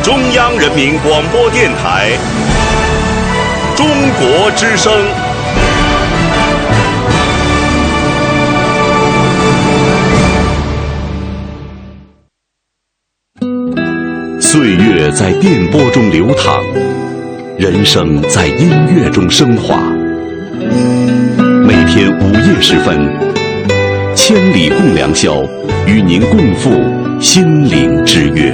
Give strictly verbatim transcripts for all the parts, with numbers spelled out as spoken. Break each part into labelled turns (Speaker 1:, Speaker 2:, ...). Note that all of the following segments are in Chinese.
Speaker 1: 中央人民广播电台中国之声。岁月在电波中流淌，人生在音乐中升华。每天午夜时分，千里共良宵，与您共赴心灵之约。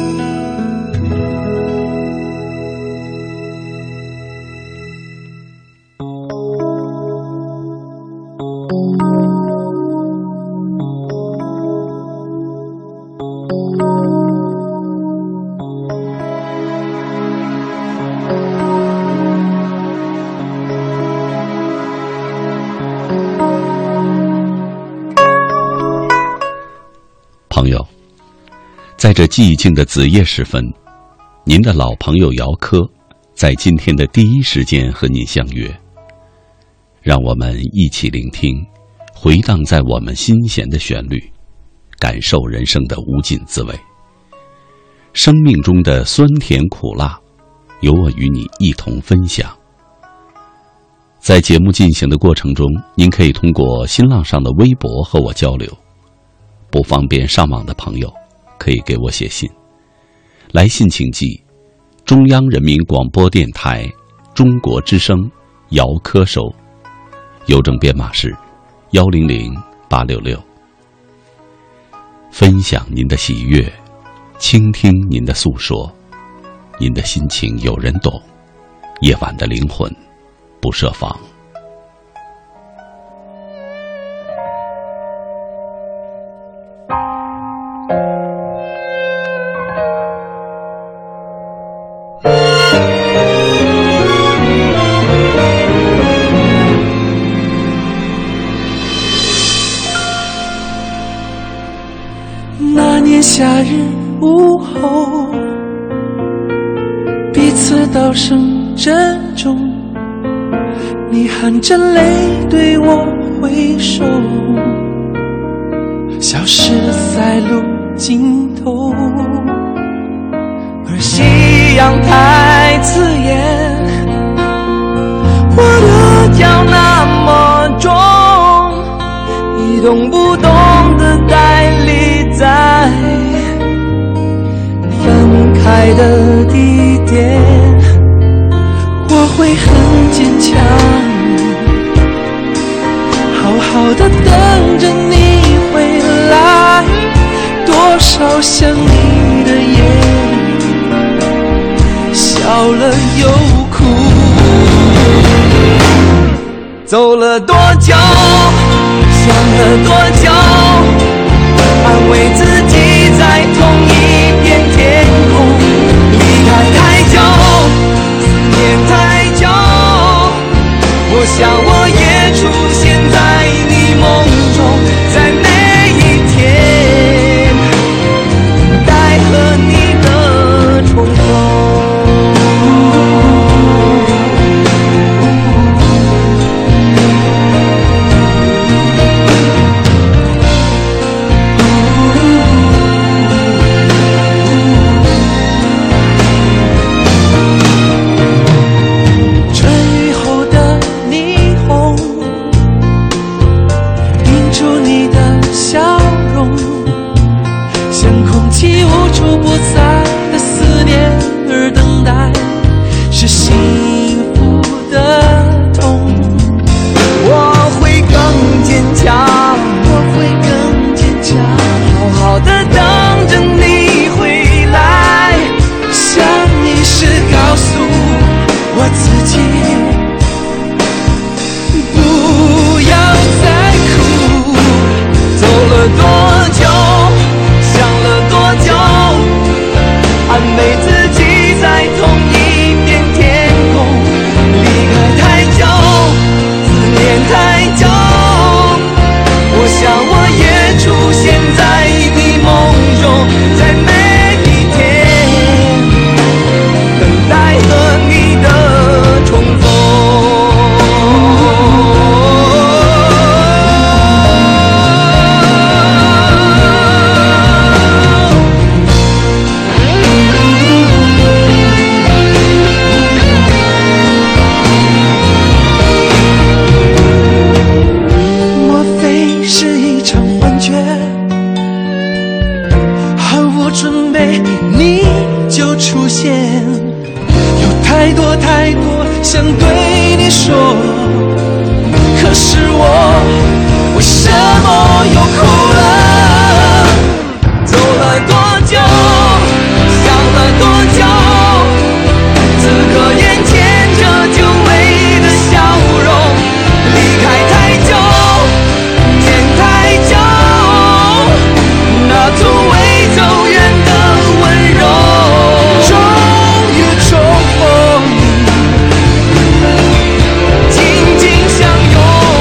Speaker 1: 朋友，在这寂静的子夜时分，您的老朋友姚科在今天的第一时间和您相约，让我们一起聆听回荡在我们心弦的旋律，感受人生的无尽滋味。生命中的酸甜苦辣，由我与你一同分享。在节目进行的过程中，您可以通过新浪上的微博和我交流，不方便上网的朋友可以给我写信，来信请寄中央人民广播电台中国之声姚科收，邮政编码是幺零零八六六。分享您的喜悦，倾听您的诉说，您的心情有人懂，夜晚的灵魂不设防。
Speaker 2: 夏日午后，彼此道声珍重，你含着泪对我挥手，消失在路尽头。而夕阳太刺眼，我的脚那么重，一动不动的呆立在分开的地点，我会很坚强，好好的等着你回来。多少想你的夜，笑了又哭，走了多久，想了多久，安慰自己在同一片天空，离开太久，思念太久，我想我也出现在你梦中，在每一天等待和你的重逢。 你说，可是我为什么又哭了？走了多久，想了多久，此刻眼前这久违的笑容，离开太久，天太久，那从未走远的温柔，终于重逢，紧紧相拥，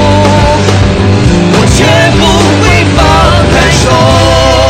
Speaker 2: 我却不会放开手。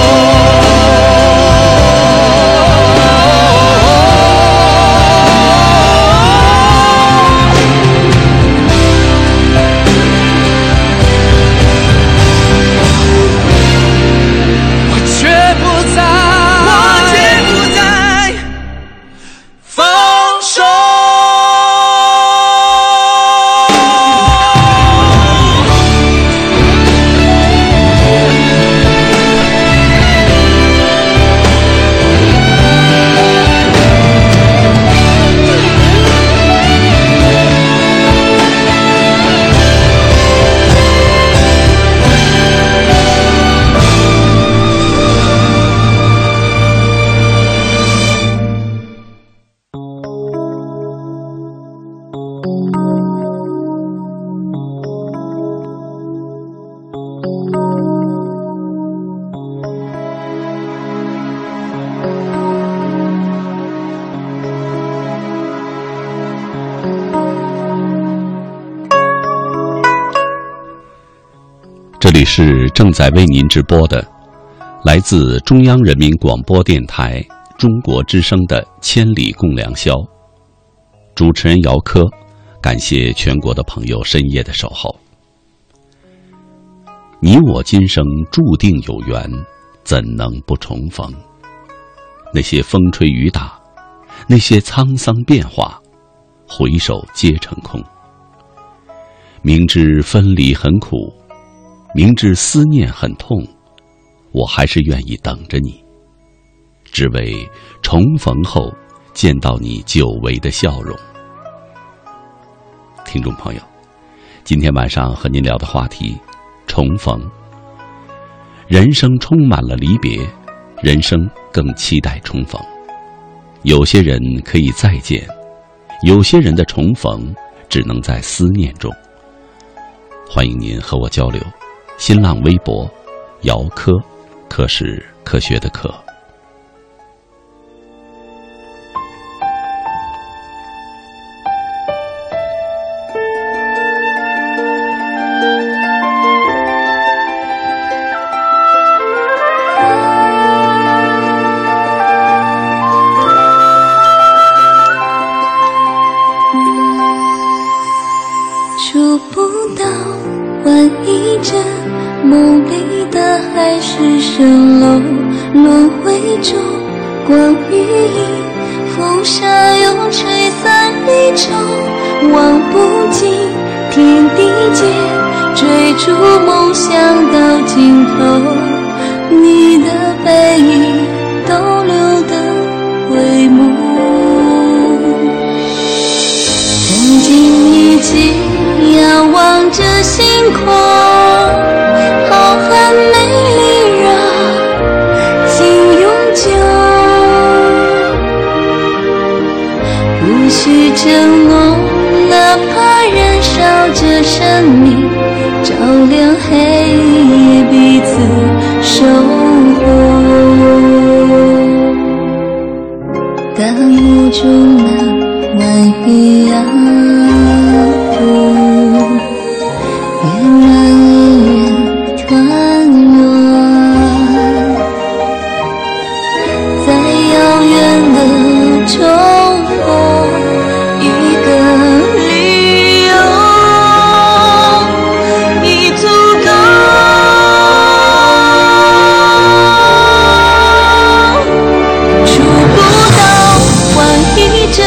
Speaker 1: 这里是正在为您直播的来自中央人民广播电台中国之声的《千里共良宵》，主持人姚科，感谢全国的朋友深夜的守候。你我今生注定有缘，怎能不重逢？那些风吹雨打，那些沧桑变化，回首皆成空。明知分离很苦，明知思念很痛，我还是愿意等着你，只为重逢后见到你久违的笑容。听众朋友，今天晚上和您聊的话题，重逢。人生充满了离别，人生更期待重逢。有些人可以再见，有些人的重逢只能在思念中。欢迎您和我交流。新浪微博姚科，科是科学的科。
Speaker 3: 触不到万一针，梦里的海市蜃楼，轮回中光与影，风沙又吹散离愁，望不尽天地间，追逐梦想到尽头，你的背影逗留的回眸，曾经一起仰望着星空，浩瀚美丽让情永久，不需承诺，哪怕燃烧着生命，照亮黑夜，彼此守候。大雾中那晚月呀，愿让一人团圆，在遥远的重逢，一个理由已足够。触不到万一针，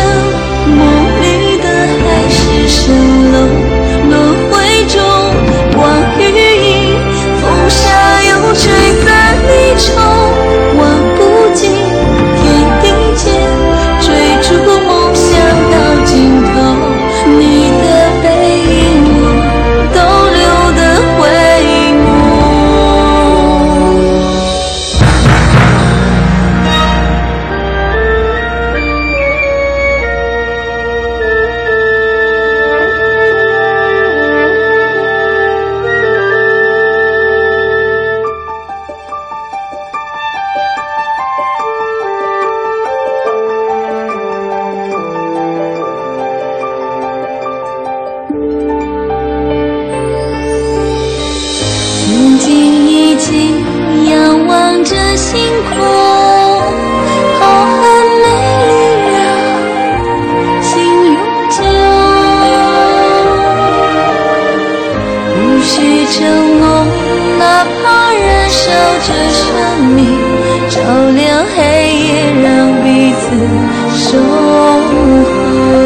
Speaker 3: 星空，浩瀚美丽让心永久。无需承诺，哪怕燃烧着生命，照亮黑夜，让彼此守候。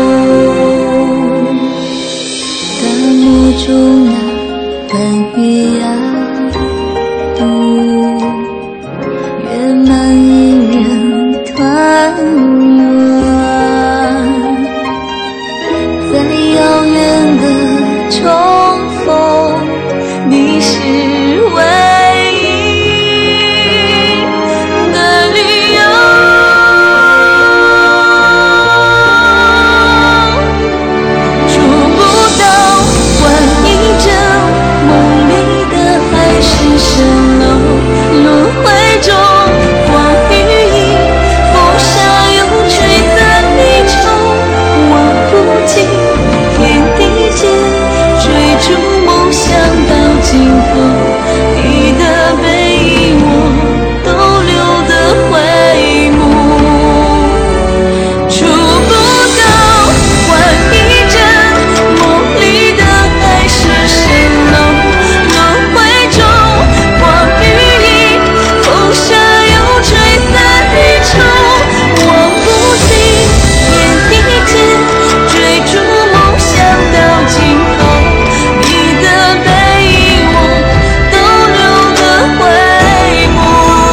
Speaker 3: 大漠中那奔雨呀月满一人团圆，在遥远的重逢，你是唯一的理由。触不到换一阵梦里的海市蜃楼，轮回中光与影，风沙又吹散离愁。望不尽天地间，追逐梦想到尽头。你的背影我都留得回眸。触不到换一阵梦里的海市蜃楼，轮回中光与影，风沙又吹散离愁。望不尽天地间，追逐梦想到尽头。你的背影我都留得回眸。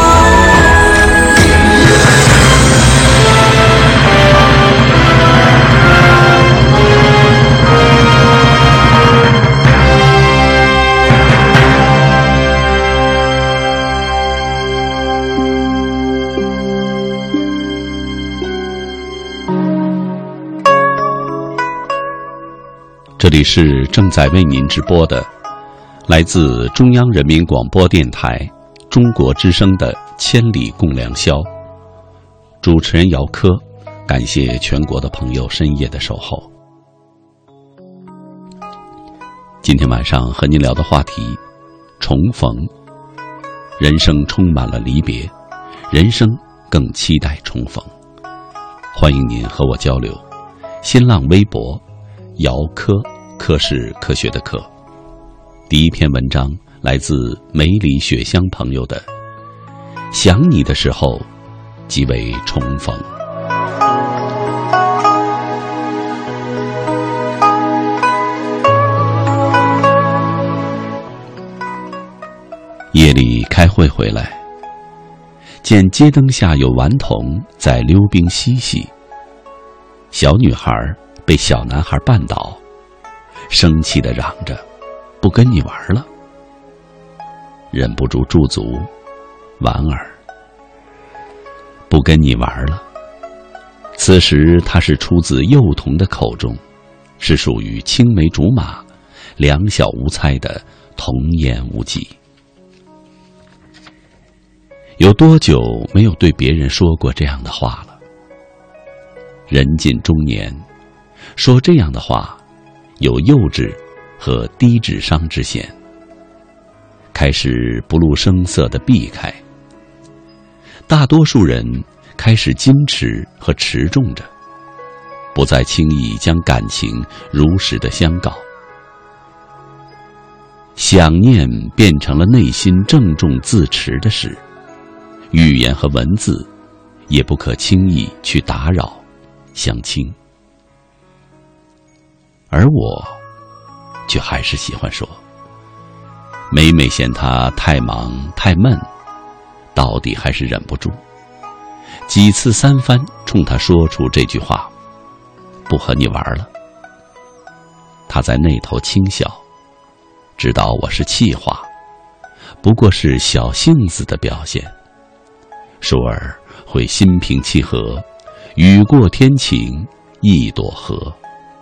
Speaker 1: 这里是正在为您直播的来自中央人民广播电台中国之声的《千里共良宵》，主持人姚科，感谢全国的朋友深夜的守候。今天晚上和您聊的话题，重逢。人生充满了离别，人生更期待重逢。欢迎您和我交流。新浪微博姚科，科是科学的科。第一篇文章来自梅里雪香朋友的，想你的时候即为重逢。夜里开会回来，见街灯下有顽童在溜冰嬉戏，小女孩被小男孩绊倒，生气地嚷着不跟你玩了，忍不住驻足，莞尔，不跟你玩了。此时他是出自幼童的口中，是属于青梅竹马两小无猜的童言无忌。有多久没有对别人说过这样的话了？人近中年，说这样的话有幼稚和低智商之嫌，开始不露声色地避开。大多数人开始矜持和持重着，不再轻易将感情如实的相告。想念变成了内心郑重自持的事，语言和文字也不可轻易去打扰相亲。而我却还是喜欢说，每每嫌他太忙太闷，到底还是忍不住几次三番冲他说出这句话，不和你玩了。他在那头轻笑，知道我是气话，不过是小性子的表现，说儿会心平气和，雨过天晴一朵荷。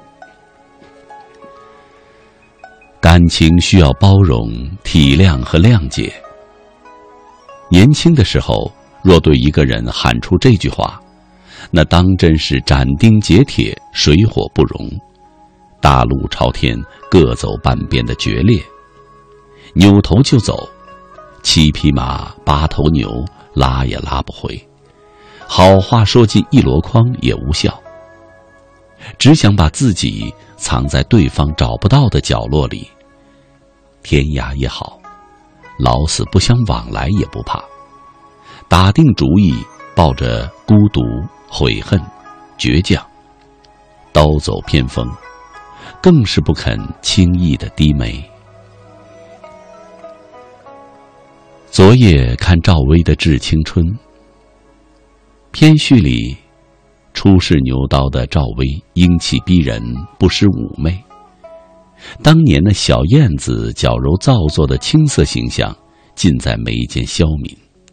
Speaker 1: 感情需要包容、体谅和谅解。年轻的时候，若对一个人喊出这句话，那当真是斩钉截铁、水火不容，大路朝天，各走半边的决裂。扭头就走，七匹马八头牛， 拉也拉不回，好话说进一箩筐也无效，只想把自己藏在对方找不到的角落里，天涯也好，老死不相往来也不怕，打定主意，抱着孤独、悔恨、倔强，刀走偏锋，更是不肯轻易的低眉。昨夜看赵薇的《致青春》，篇序里初试牛刀的赵薇英气逼人，不失妩媚。当年那小燕子矫揉造作的青涩形象尽在眉间消泯。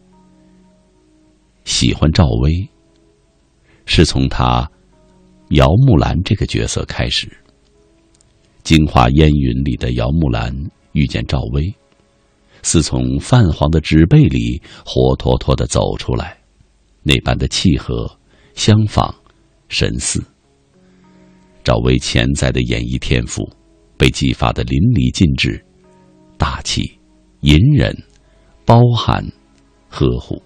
Speaker 1: 喜欢赵薇是从她姚木兰这个角色开始。京华烟云里的姚木兰遇见赵薇，似从泛黄的纸背里活脱脱地走出来，那般的契合、相仿、神似。赵薇潜在的演艺天赋被激发得淋漓尽致，大气、隐忍、包含、呵护。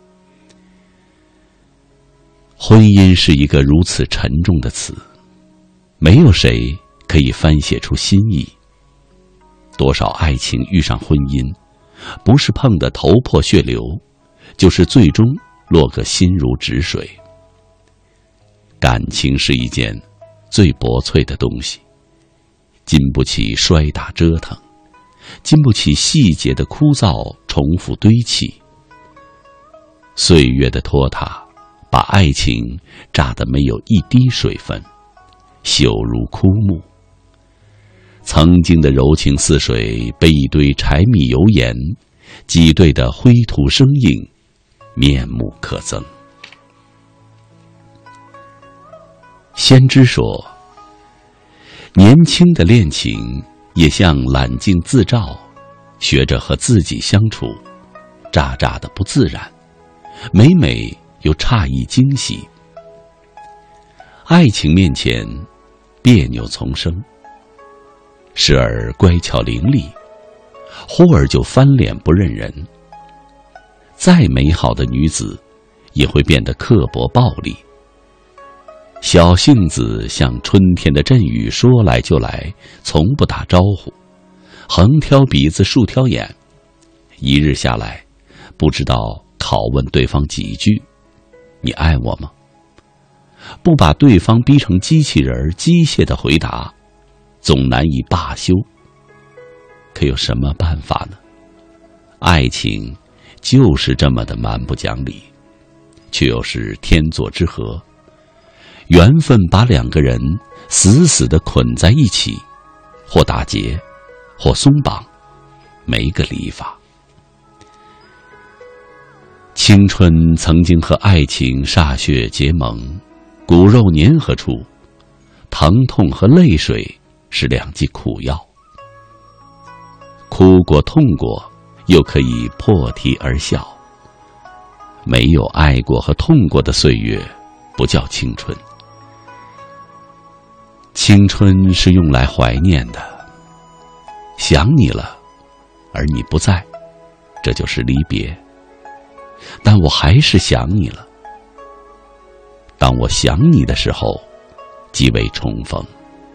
Speaker 1: 婚姻是一个如此沉重的词，没有谁可以翻写出新意。多少爱情遇上婚姻，不是碰得头破血流，就是最终落个心如止水。感情是一件最薄脆的东西，经不起摔打折腾，经不起细节的枯燥重复堆砌。岁月的拖沓把爱情榨得没有一滴水分，朽如枯木。曾经的柔情似水被一堆柴米油盐挤兑的灰土生硬，面目可憎。先知说，年轻的恋情也像揽镜自照，学着和自己相处，乍乍的不自然，每每又诧异惊喜。爱情面前别扭丛生，时而乖巧伶俐，忽而就翻脸不认人。再美好的女子也会变得刻薄暴力。小性子像春天的阵雨，说来就来，从不打招呼，横挑鼻子竖挑眼，一日下来不知道拷问对方几句，你爱我吗？不把对方逼成机器人，机械的回答，总难以罢休。可有什么办法呢？爱情就是这么的蛮不讲理，却又是天作之合。缘分把两个人死死地捆在一起，或打结，或松绑，没个理法。青春曾经和爱情歃血结盟，骨肉粘合处，疼痛和泪水是两剂苦药。哭过痛过，又可以破涕而笑。没有爱过和痛过的岁月，不叫青春。青春是用来怀念的，想你了，而你不在，这就是离别。但我还是想你了。当我想你的时候，即为重逢。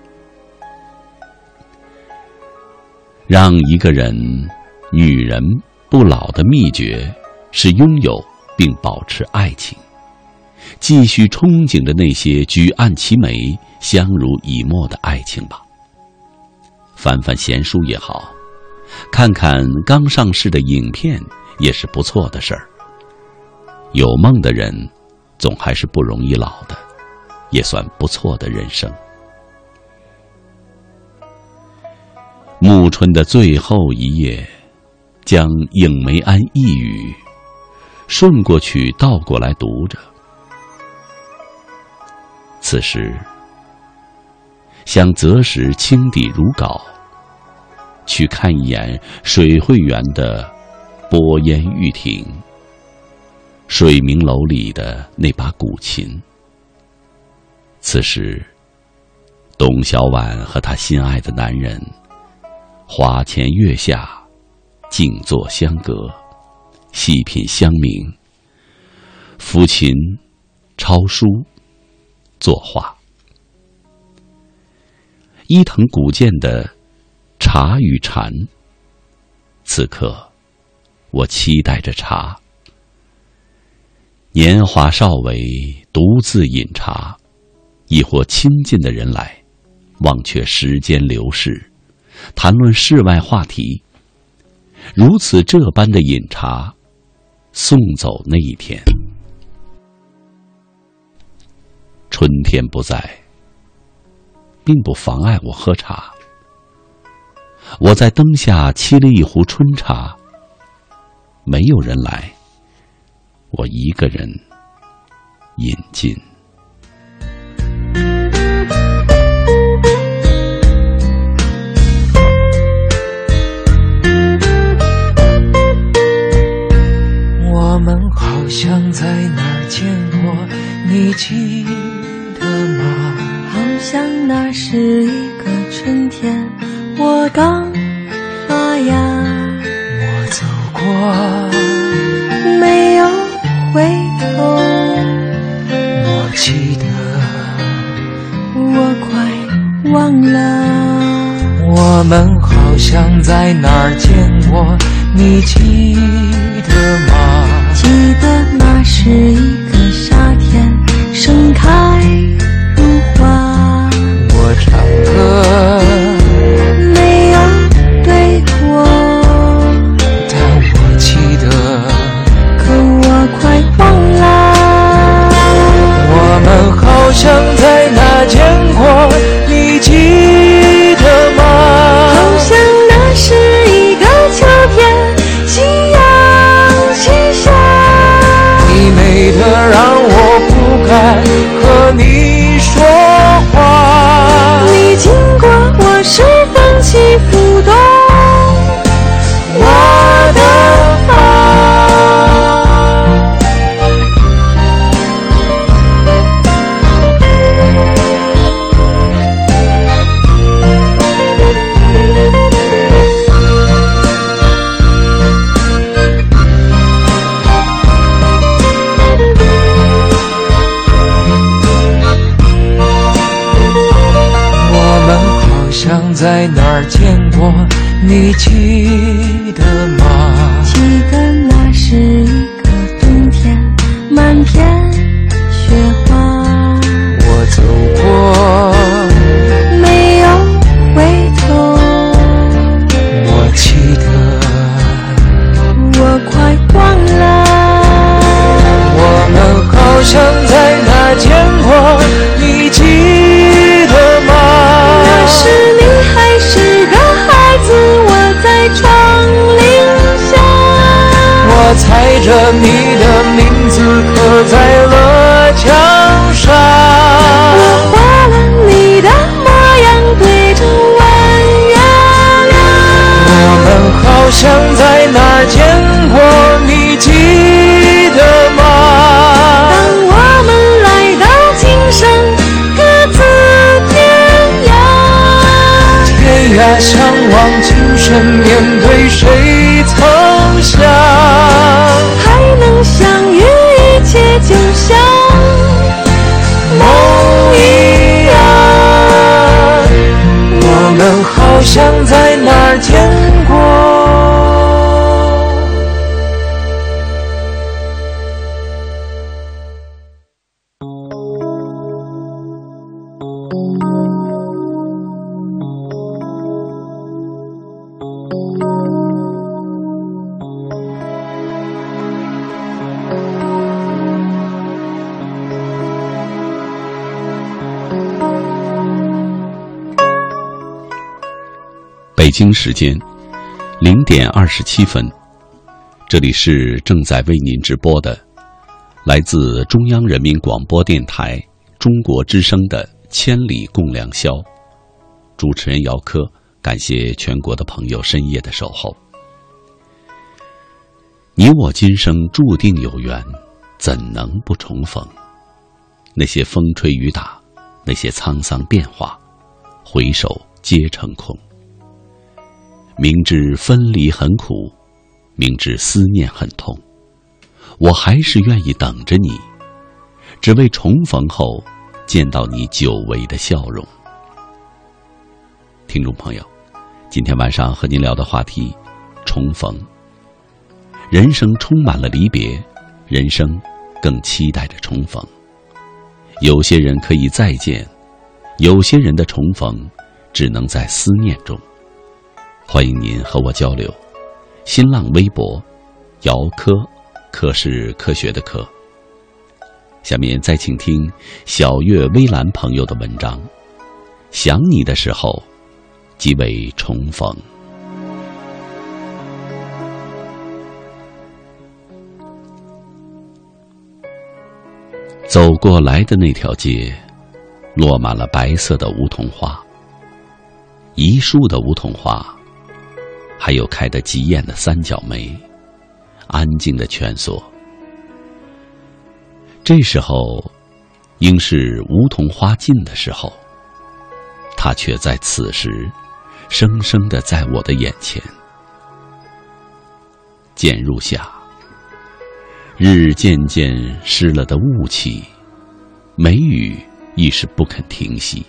Speaker 1: 让一个人、女人不老的秘诀，是拥有并保持爱情，继续憧憬着那些举案齐眉、相濡以沫的爱情吧。翻翻闲书也好，看看刚上市的影片也是不错的事儿。有梦的人总还是不容易老的，也算不错的人生。暮春的最后一夜，将影梅庵一语顺过去倒过来读着。此时想择时清底如稿，去看一眼水慧园的波烟玉亭，水明楼里的那把古琴。此时董小宛和她心爱的男人花前月下静坐相隔，细品香茗， 抚琴、抄书、作画。伊藤古建的茶与禅，此刻我期待着茶。年华少伟，独自饮茶，亦或亲近的人来，忘却时间流逝，谈论世外话题。如此这般的饮茶，送走那一天。春天不在，并不妨碍我喝茶。我在灯下沏了一壶春茶，没有人来，我一个人饮尽。
Speaker 2: 我们好像在哪儿见过，你记得吗？
Speaker 3: 好像那是一个春天，我刚发芽。
Speaker 2: 我走过，
Speaker 3: 没有回头。
Speaker 2: 我记得，
Speaker 3: 我快忘了。
Speaker 2: 我们好像在哪儿见过，你记得吗？
Speaker 3: 记得那是一个夏天，盛开如花。
Speaker 2: 我唱歌
Speaker 3: 没有对过，
Speaker 2: 但我记得，
Speaker 3: 可我快忘了。
Speaker 2: 我们好像在哪见过，你记得吗？
Speaker 3: 好像那是一个秋天，夕阳西下。
Speaker 2: 你美得让我不敢和你说话，
Speaker 3: 你经过我是风起拂动我的发。
Speaker 2: 像在哪儿见过，你记得吗？
Speaker 3: 记得那是一个冬天，满片雪花。
Speaker 2: 我走过，
Speaker 3: 没有回头。
Speaker 2: 我记得，
Speaker 3: 我快忘了。
Speaker 2: 我们好像在哪见过，你记得吗？
Speaker 3: 那时你还是个孩子，我在窗棂下。
Speaker 2: 我猜着你的名字刻在了墙上，
Speaker 3: 我画了你的模样，对着弯月亮。
Speaker 2: 我们好像在哪儿见过，你记得吗？
Speaker 3: 当我们来到今生，各自天涯。
Speaker 2: 天涯相望，今生面对谁曾想？
Speaker 3: 还能相遇，一切就像梦一样。
Speaker 2: 我们好像在哪儿见过。
Speaker 1: 北京时间零点二十七分，这里是正在为您直播的来自中央人民广播电台中国之声的《千里共良宵》，主持人姚科，感谢全国的朋友深夜的守候。你我今生注定有缘，怎能不重逢？那些风吹雨打，那些沧桑变化，回首皆成空。明知分离很苦，明知思念很痛， 我还是愿意等着你，只为重逢后见到你久违的笑容。听众朋友，今天晚上和您聊的话题，重逢。人生充满了离别，人生更期待着重逢。有些人可以再见，有些人的重逢只能在思念中。欢迎您和我交流。新浪微博姚科，科是科学的科。下面再请听小月微澜朋友的文章，想你的时候即为重逢。走过来的那条街，落满了白色的梧桐花，一树的梧桐花，还有开得极艳的三角梅，安静的蜷缩。这时候应是梧桐花尽的时候，它却在此时生生地在我的眼前。渐入夏，日渐渐湿了的雾气，梅雨亦是不肯停息。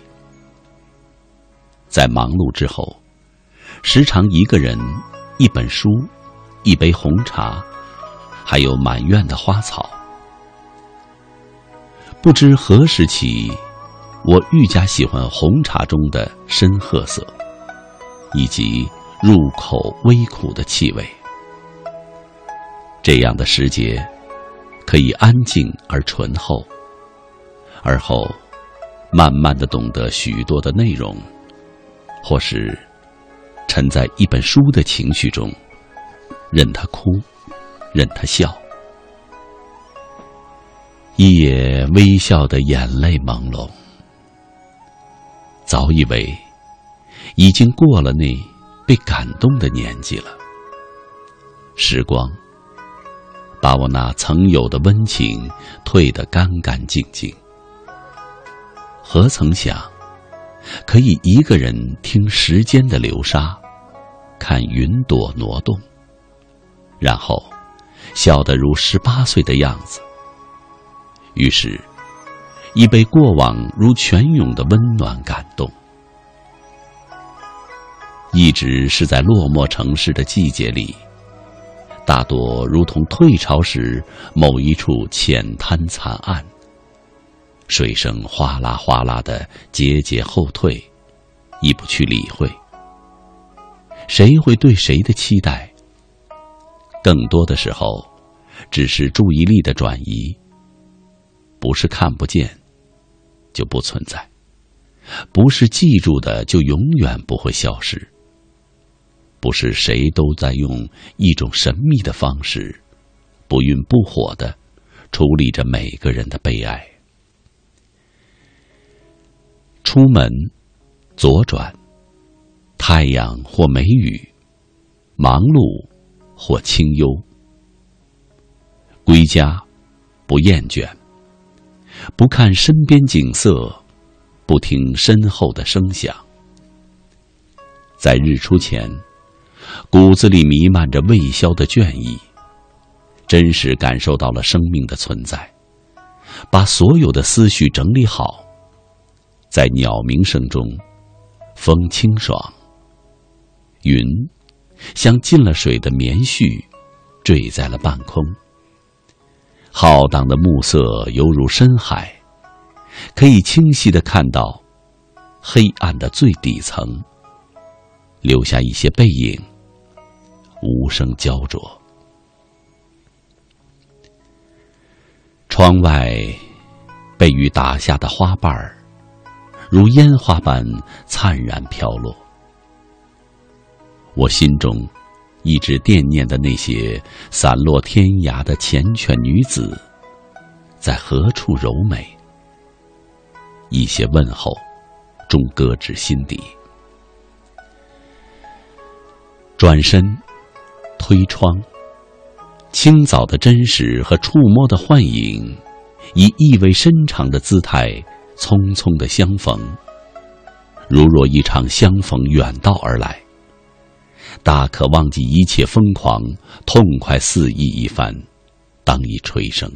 Speaker 1: 在忙碌之后，时常一个人，一本书，一杯红茶，还有满院的花草。不知何时起，我愈加喜欢红茶中的深褐色，以及入口微苦的气味。这样的时节，可以安静而醇厚，而后慢慢地懂得许多的内容，或是沉在一本书的情绪中，任它哭，任它笑。一也微笑的眼泪朦胧，早以为已经过了那被感动的年纪了。时光把我那曾有的温情褪得干干净净。何曾想，可以一个人听时间的流沙，看云朵挪动，然后笑得如十八岁的样子。于是已被过往如泉涌的温暖感动。一直是在落寞城市的季节里，大多如同退潮时某一处浅滩惨岸，水声哗啦哗啦的节节后退，亦不去理会。谁会对谁的期待？更多的时候，只是注意力的转移。不是看不见，就不存在；不是记住的，就永远不会消失。不是谁都在用一种神秘的方式，不愠不火地处理着每个人的悲哀。出门，左转，太阳或梅雨，忙碌或清幽。归家，不厌倦。不看身边景色，不听身后的声响。在日出前，骨子里弥漫着未消的倦意，真实感受到了生命的存在。把所有的思绪整理好，在鸟鸣声中，风清爽，云像进了水的棉絮，坠在了半空。浩荡的暮色犹如深海，可以清晰地看到黑暗的最底层，留下一些背影，无声焦灼。窗外被雨打下的花瓣儿，如烟花般灿然飘落。我心中一直惦念的那些散落天涯的缱绻女子，在何处柔美？一些问候，终搁置心底。转身，推窗，清早的真实和触摸的幻影，以意味深长的姿态，匆匆的相逢，如若一场相逢远道而来。大可忘记一切疯狂，痛快肆意一番， 当以吹声。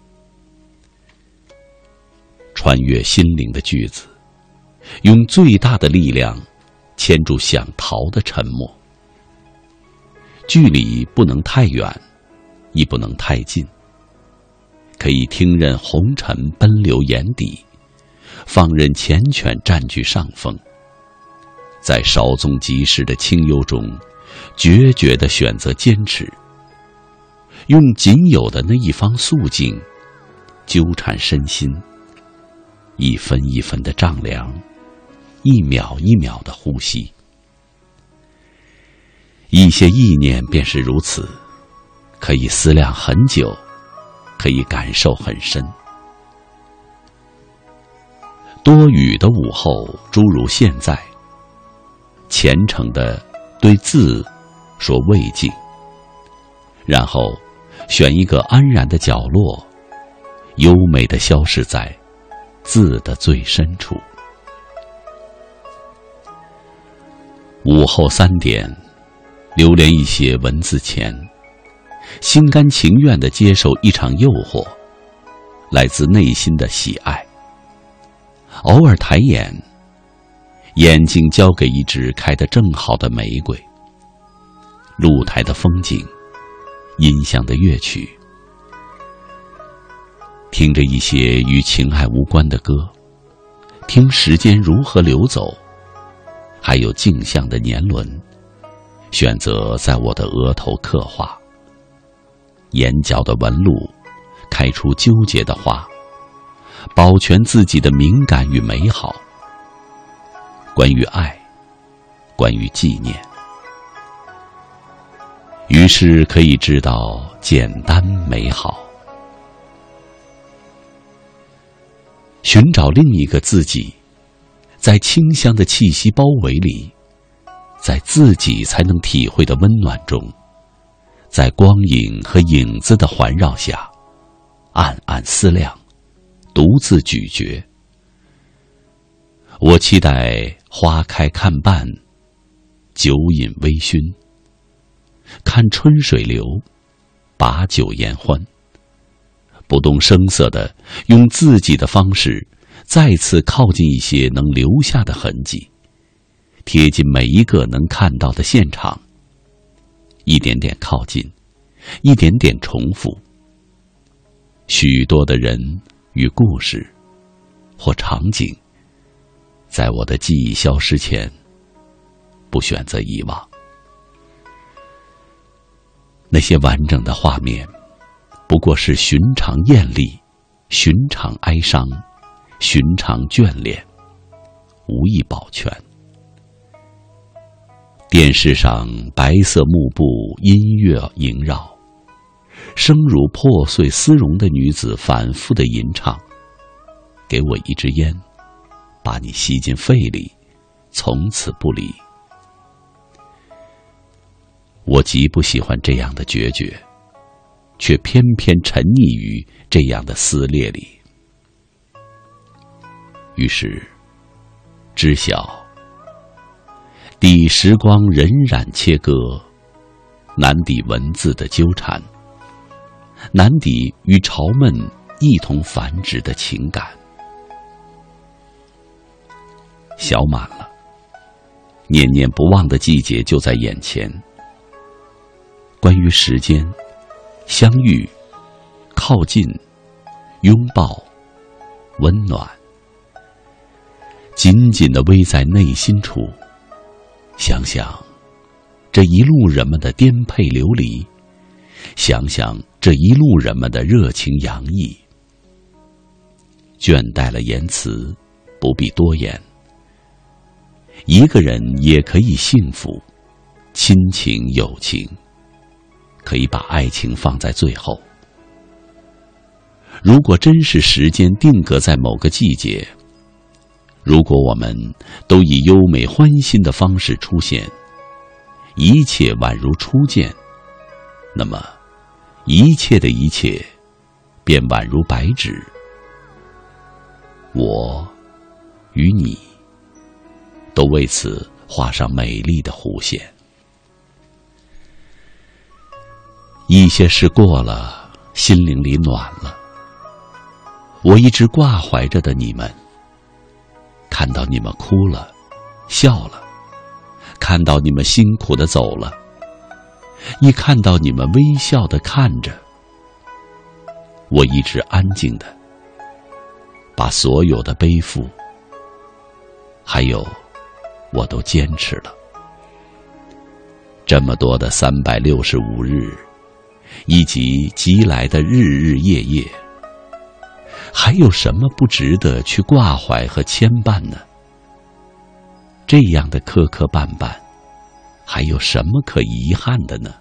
Speaker 1: 穿越心灵的句子，用最大的力量牵住想逃的沉默。距离不能太远，亦不能太近，可以听任红尘奔流眼底，放任缱绻占据上风，在稍纵即逝的清幽中，决绝地选择坚持，用仅有的那一方素净纠缠身心，一分一分的丈量，一秒一秒的呼吸。一些意念便是如此，可以思量很久，可以感受很深。多雨的午后，诸如现在，虔诚地对字说未尽，然后选一个安然的角落，优美地消失在字的最深处。午后三点，流连一些文字前，心甘情愿地接受一场诱惑，来自内心的喜爱。偶尔抬眼，眼睛交给一只开得正好的玫瑰，露台的风景，音响的乐曲，听着一些与情爱无关的歌，听时间如何流走，还有镜像的年轮，选择在我的额头刻画，眼角的纹路开出纠结的花，保全自己的敏感与美好。关于爱，关于纪念，于是可以知道简单美好。寻找另一个自己，在清香的气息包围里，在自己才能体会的温暖中，在光影和影子的环绕下，暗暗思量，独自咀嚼。我期待花开看半，酒饮微醺，看春水流，把酒言欢，不动声色地用自己的方式再次靠近一些能留下的痕迹，贴近每一个能看到的现场，一点点靠近，一点点重复。许多的人与故事或场景，在我的记忆消失前，不选择遗忘。那些完整的画面，不过是寻常艳丽，寻常哀伤，寻常眷恋，无意保全。电视上白色幕布，音乐萦绕，声如破碎丝绒的女子反复的吟唱。给我一支烟，把你吸进肺里，从此不离。我极不喜欢这样的决绝，却偏偏沉溺于这样的撕裂里。于是知晓抵时光荏苒切割，难抵文字的纠缠，难抵与潮闷一同繁殖的情感。小满了，念念不忘的季节就在眼前。关于时间，相遇，靠近，拥抱，温暖，紧紧地偎在内心处。想想这一路人们的颠沛流离，想想这一路人们的热情洋溢。倦怠了言辞，不必多言。一个人也可以幸福，亲情友情，可以把爱情放在最后。如果真是时间定格在某个季节，如果我们都以优美欢欣的方式出现，一切宛如初见，那么一切的一切便宛如白纸。我与你都为此画上美丽的弧线。一些事过了， 心灵里暖了。我一直挂怀着的你们，看到你们哭了，笑了，看到你们辛苦的走了，一看到你们微笑的看着，我一直安静的把所有的背负，还有我都坚持了。这么多的三百六十五日，以及即来的日日夜夜，还有什么不值得去挂怀和牵绊呢？这样的磕磕绊绊，还有什么可遗憾的呢？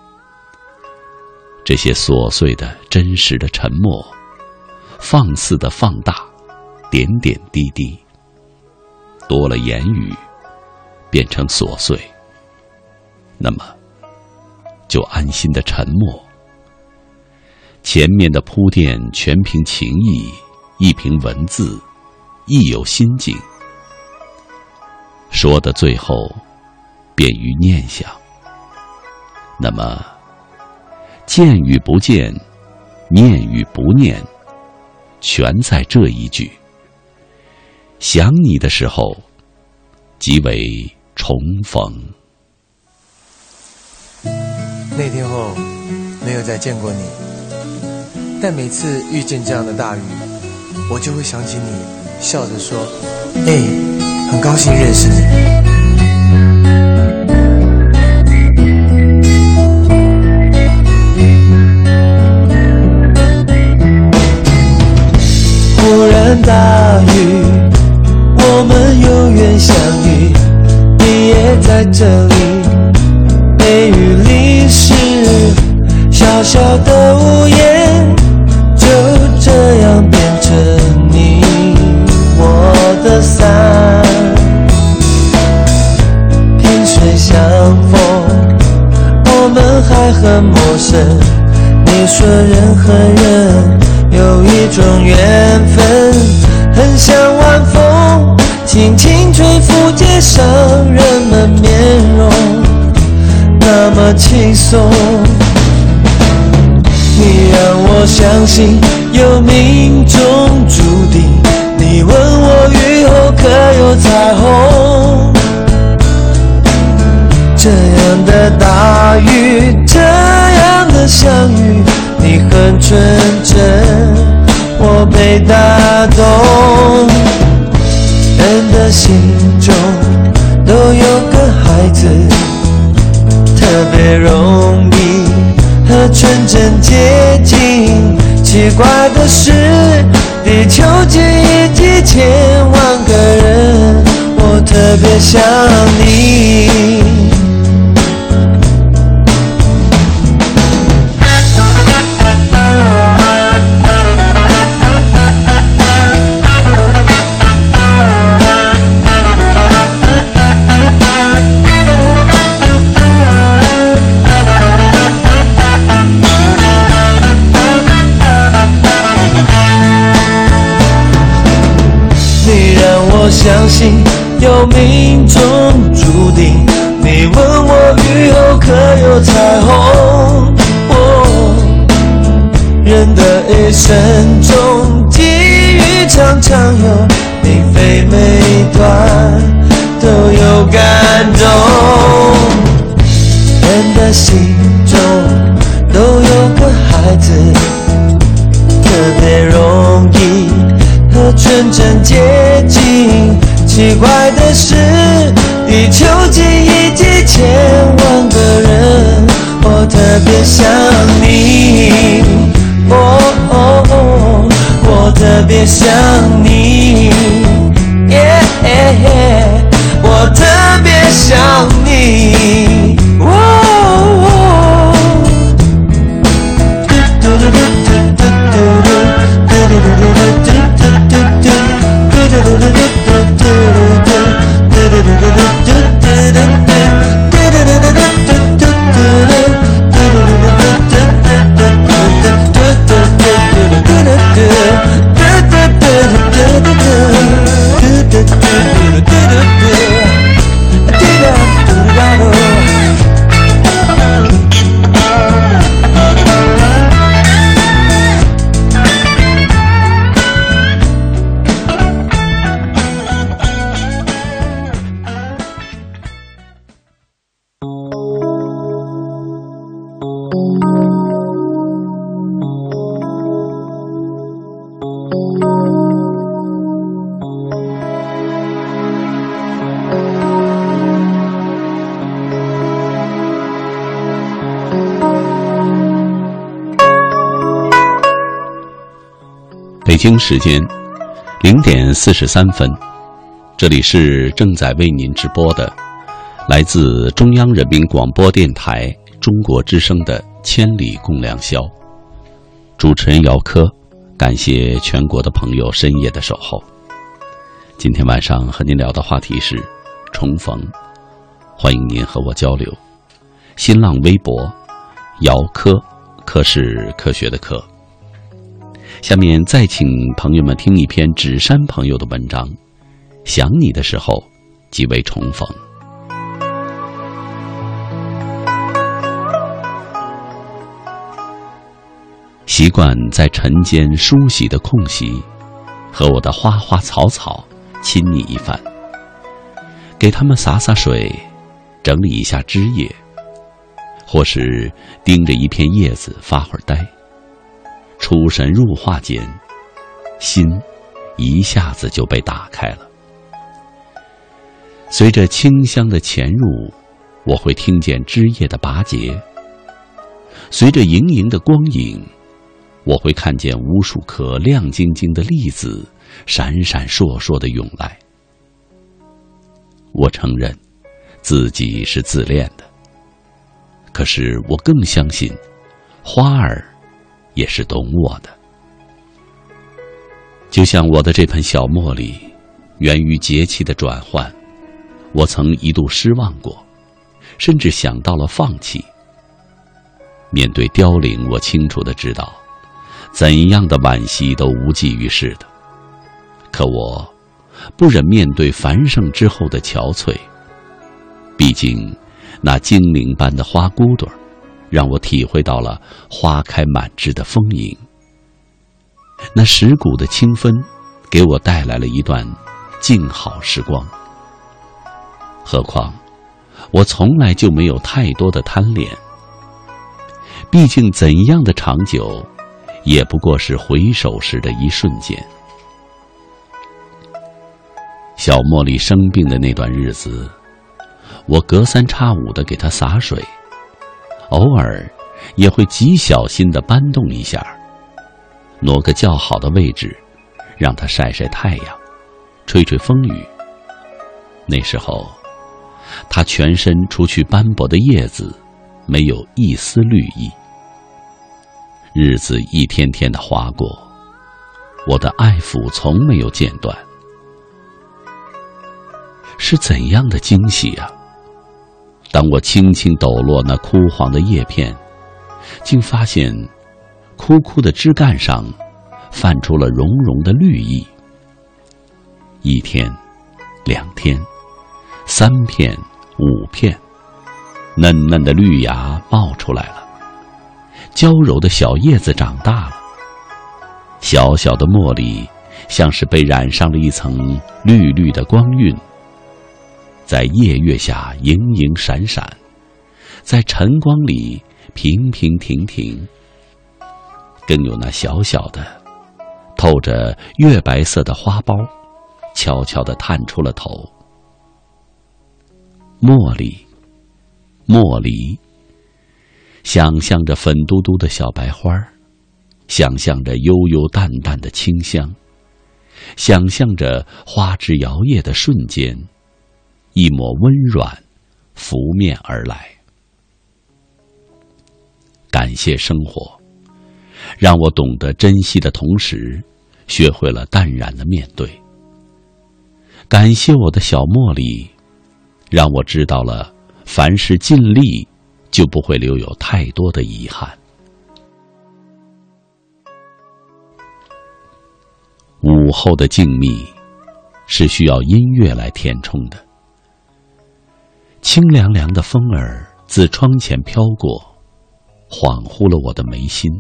Speaker 1: 这些琐碎的、真实的沉默，放肆的放大，点点滴滴，多了言语，变成琐碎，那么就安心的沉默。前面的铺垫全凭情意，一凭文字，亦有心境，说的最后便于念想。那么见与不见，念与不念，全在这一句。想你的时候，即为重逢。
Speaker 4: 那天后没有再见过你，但每次遇见这样的大雨，我就会想起你，笑着说：哎，很高兴认识你。
Speaker 2: 忽然大雨，我们有缘相遇，你也在这里。梅雨淋湿小小的屋檐，就这样变成你我的伞。萍水相逢，我们还很陌生。你说人和人有一种缘分，很像晚风轻轻吹拂街上人们面容，那么轻松。你让我相信有命中注定，你问我雨后可有彩虹。这样的大雨，这样的相遇，你很纯真，我被打动。人的心中都有个孩子，特别容易和纯真接近。奇怪的是，地球几亿几千万个人，我特别想你。相信有命中注定，你问我雨后可有彩虹。哦，人的一生中际遇常常有你非每段都有感动。人的心中都有个孩子，特别容易和纯真接近。奇怪的是，地球几亿几千万个人，我特别想你。哦哦哦，我特别想你。耶、yeah, yeah, 我特别想你。哦哦，嘟嘟嘟嘟嘟嘟嘟嘟嘟嘟嘟嘟嘟嘟。
Speaker 1: 北京时间零点四十三分，这里是正在为您直播的来自中央人民广播电台中国之声的《千里共良宵》，主持人姚科，感谢全国的朋友深夜的守候。今天晚上和您聊的话题是重逢，欢迎您和我交流。新浪微博姚科，科是科学的科。下面再请朋友们听一篇纸山朋友的文章，想你的时候即为重逢。习惯在晨间梳洗的空隙，和我的花花草草亲昵一番，给他们洒洒水，整理一下枝叶，或是盯着一片叶子发会儿呆。出神入化间，心一下子就被打开了。随着清香的潜入，我会听见枝叶的拔节；随着盈盈的光影，我会看见无数颗亮晶晶的粒子闪闪烁烁地涌来。我承认自己是自恋的，可是我更相信花儿也是懂我的。就像我的这盆小茉莉，源于节气的转换，我曾一度失望过，甚至想到了放弃。面对凋零，我清楚地知道怎样的惋惜都无济于事的，可我不忍面对繁盛之后的憔悴。毕竟那精灵般的花骨朵让我体会到了花开满枝的丰盈，那蚀骨的清芬给我带来了一段静好时光。何况我从来就没有太多的贪恋，毕竟怎样的长久也不过是回首时的一瞬间。小茉莉生病的那段日子，我隔三差五地给她洒水，偶尔也会极小心地搬动一下，挪个较好的位置，让它晒晒太阳，吹吹风雨。那时候它全身除去斑驳的叶子，没有一丝绿意。日子一天天地划过，我的爱抚从没有间断。是怎样的惊喜啊！当我轻轻抖落那枯黄的叶片，竟发现枯枯的枝干上泛出了融融的绿意。一天，两天，三片，五片，嫩嫩的绿芽冒出来了，娇柔的小叶子长大了，小小的茉莉像是被染上了一层绿绿的光晕，在夜月下盈盈闪闪，在晨光里平平停停。更有那小小的透着月白色的花苞悄悄地探出了头。茉莉，茉莉，想象着粉嘟嘟的小白花，想象着悠悠淡淡的清香，想象着花枝摇曳的瞬间，一抹温软拂面而来。感谢生活，让我懂得珍惜的同时，学会了淡然的面对。感谢我的小茉莉，让我知道了凡事尽力，就不会留有太多的遗憾。午后的静谧是需要音乐来填充的。清凉凉的风儿自窗前飘过，恍惚了我的眉心。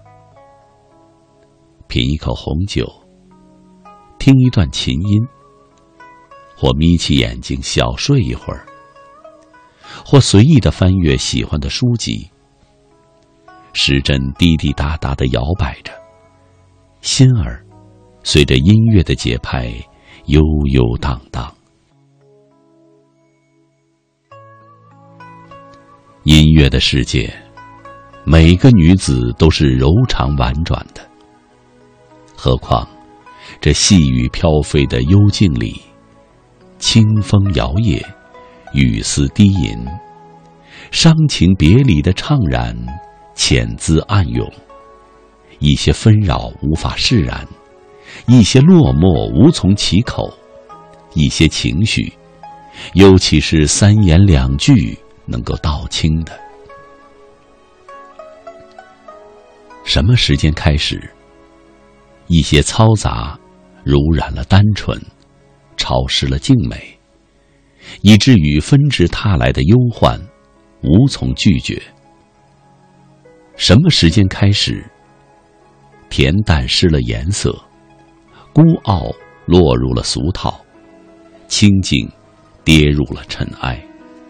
Speaker 1: 品一口红酒，听一段琴音，或眯起眼睛小睡一会儿，或随意地翻阅喜欢的书籍。时针滴滴答答地摇摆着，心儿随着音乐的节拍悠悠荡荡。音乐的世界，每个女子都是柔肠婉转的。 何况这细雨飘飞的幽静里，清风摇曳，雨丝低吟，伤情别离的怅然，浅滋暗涌，一些纷扰无法释然，一些落寞无从启口，一些情绪尤其是三言两句能够道清的。什么时间开始，一些嘈杂濡染了单纯，潮湿了静美，以至于纷至沓来的忧患无从拒绝。什么时间开始，恬淡失了颜色，孤傲落入了俗套，清静跌入了尘埃。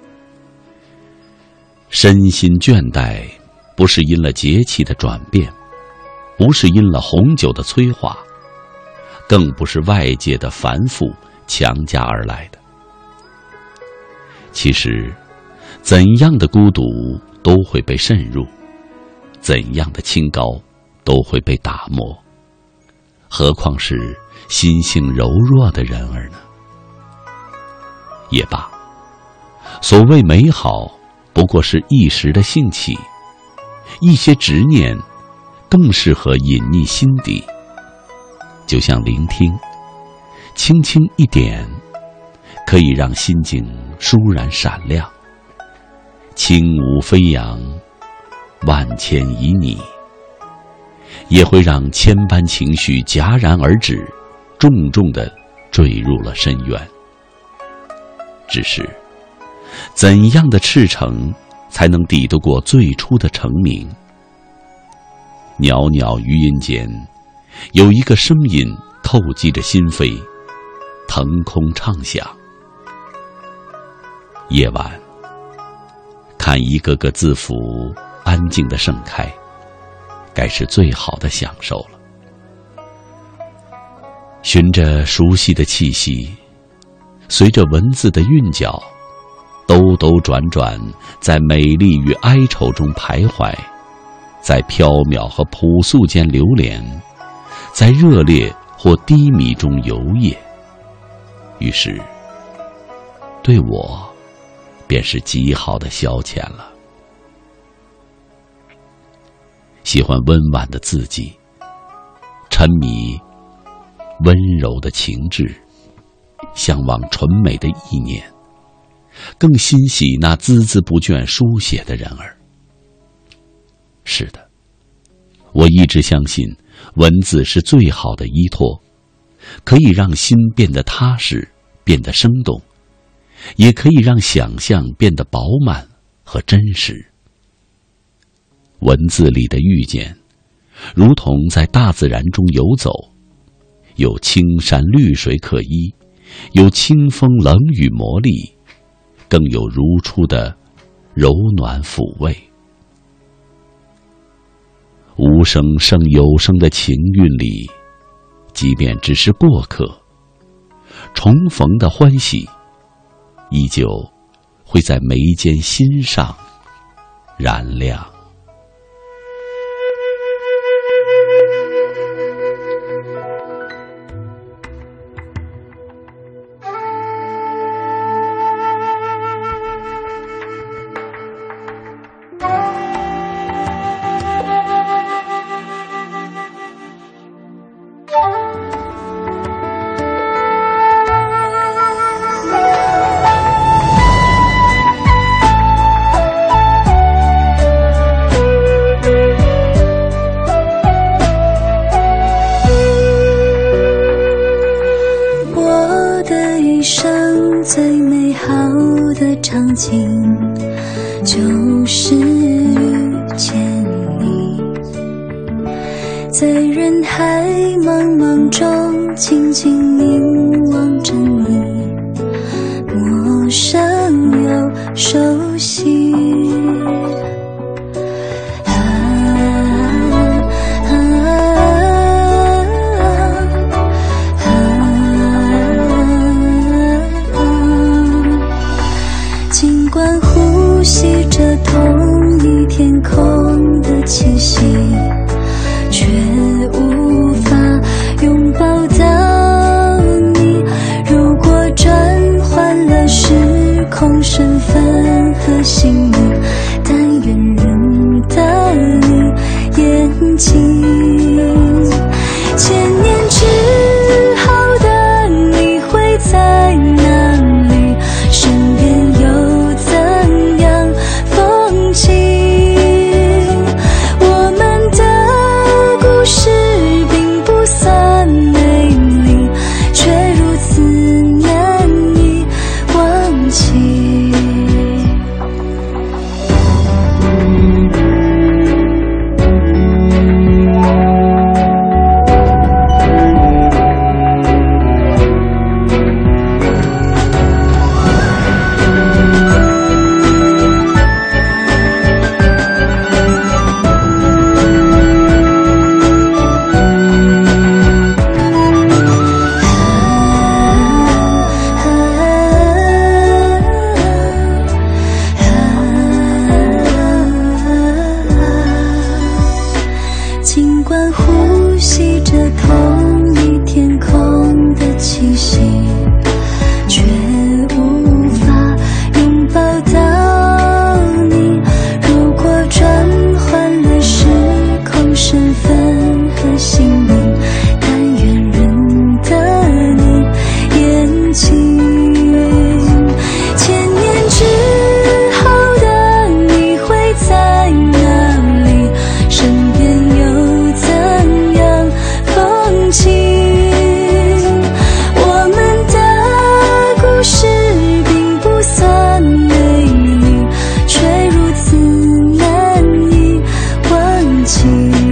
Speaker 1: 身心倦怠，不是因了节气的转变，不是因了红酒的催化，更不是外界的繁复强加而来的。其实，怎样的孤独都会被渗入，怎样的清高都会被打磨，何况是心性柔弱的人儿呢？也罢，所谓美好，不过是一时的兴起，一些执念更适合隐匿心底。就像聆听，轻轻一点，可以让心境倏然闪亮。轻舞飞扬，万千旖旎，也会让千般情绪戛然而止，重重地坠入了深渊。只是怎样的赤诚才能抵得过最初的成名？袅袅余音间，有一个声音透击着心扉，腾空唱响。夜晚，看一个个字符安静地盛开，该是最好的享受了。循着熟悉的气息，随着文字的韵脚，兜兜转转，在美丽与哀愁中徘徊，在缥缈和朴素间流连，在热烈或低迷中游曳。于是，对我便是极好的消遣了。喜欢温婉的字迹，沉迷温柔的情致，向往纯美的意念，更欣喜那孜孜不倦书写的人儿。是的，我一直相信文字是最好的依托，可以让心变得踏实，变得生动，也可以让想象变得饱满和真实。文字里的遇见，如同在大自然中游走，有青山绿水可依，有清风冷雨磨砺，更有如初的柔暖抚慰。无声胜有声的情韵里，即便只是过客，重逢的欢喜依旧会在眉间心上燃亮。
Speaker 3: 就是遇见你，在人海茫茫中静静凝望着你，陌生又熟悉。啊啊啊啊！尽管呼吸着同一天空的气息，却无法情。千年之后的你会在哪里？身边又怎样风景？我们的故事并不算美丽，却如此难以忘记。尽管呼吸着同一天空的气息，却无法拥抱到你。如果转换了时空身份和姓名，但愿认得你眼睛。千年之后的你会在哪里？身边又怎样风景？我们的故事并不算美丽，却如此难以忘记。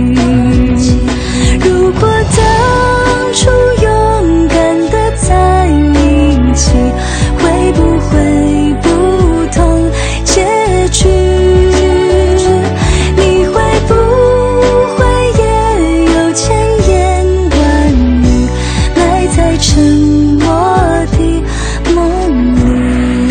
Speaker 3: 如果当初勇敢地在一起，会不会不同结局？你会不会也有千言万语埋在沉默的梦里？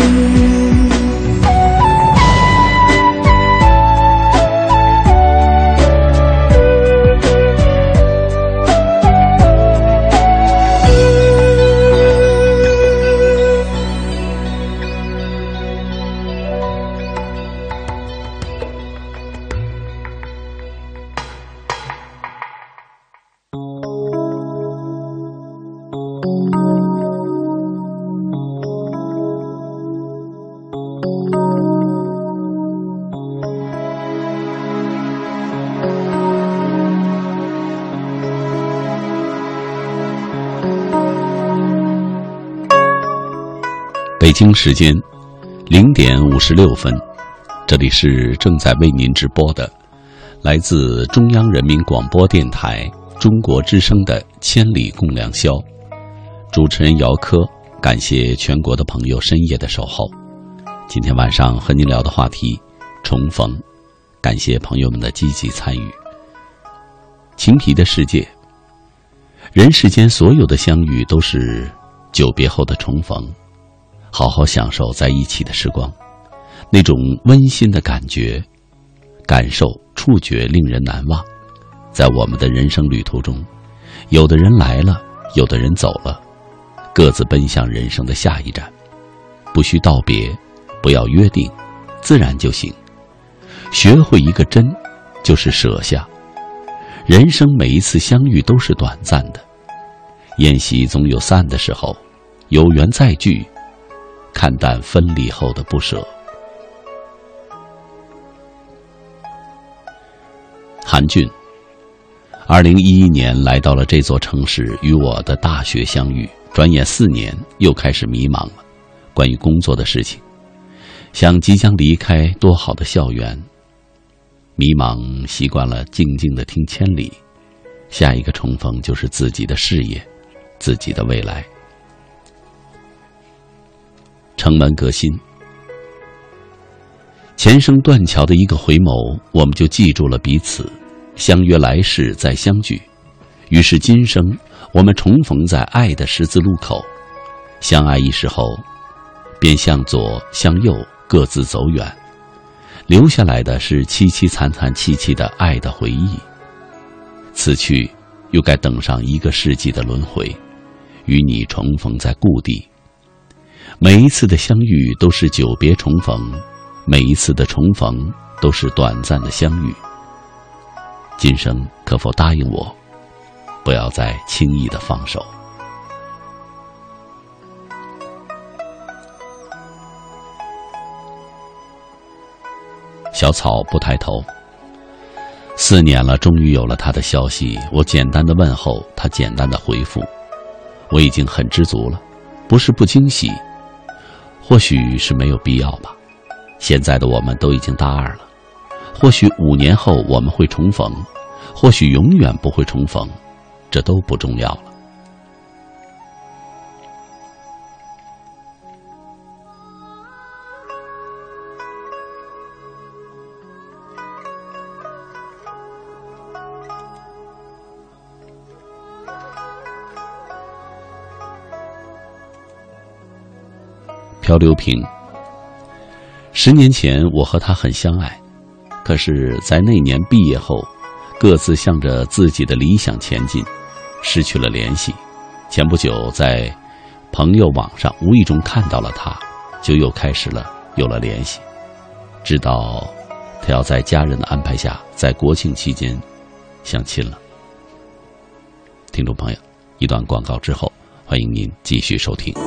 Speaker 1: 北京时间零点五十六分，这里是正在为您直播的来自中央人民广播电台中国之声的《千里共良宵》，主持人姚科，感谢全国的朋友深夜的守候。今天晚上和您聊的话题重逢，感谢朋友们的积极参与。情皮的世界，人世间所有的相遇都是久别后的重逢，好好享受在一起的时光，那种温馨的感觉、感受、触觉令人难忘。在我们的人生旅途中，有的人来了，有的人走了，各自奔向人生的下一站。不需道别，不要约定，自然就行。学会一个真，就是舍下。人生每一次相遇都是短暂的，宴席总有散的时候，有缘再聚，看淡分离后的不舍。韩俊，二零一一年来到了这座城市，与我的大学相遇，转眼四年，又开始迷茫了。关于工作的事情，想即将离开多好的校园，迷茫习惯了静静的听千里，下一个重逢就是自己的事业，自己的未来。城门革新，前生断桥的一个回眸，我们就记住了彼此，相约来世再相聚。于是今生我们重逢在爱的十字路口，相爱一时后，便向左向右各自走远，留下来的是凄凄惨惨戚戚的爱的回忆。此去又该等上一个世纪的轮回，与你重逢在故地。每一次的相遇都是久别重逢，每一次的重逢都是短暂的相遇。 今生可否答应我，不要再轻易的放手？小草不抬头。四年了，终于有了他的消息。我简单的问候，他简单的回复。我已经很知足了，不是不惊喜，或许是没有必要吧。现在的我们都已经大二了，或许五年后我们会重逢，或许永远不会重逢，这都不重要了。漂流瓶。十年前我和他很相爱，可是在那年毕业后，各自向着自己的理想前进，失去了联系。前不久在朋友网上无意中看到了他，就又开始了有了联系，直到他要在家人的安排下在国庆期间相亲了。听众朋友，一段广告之后，欢迎您继续收听。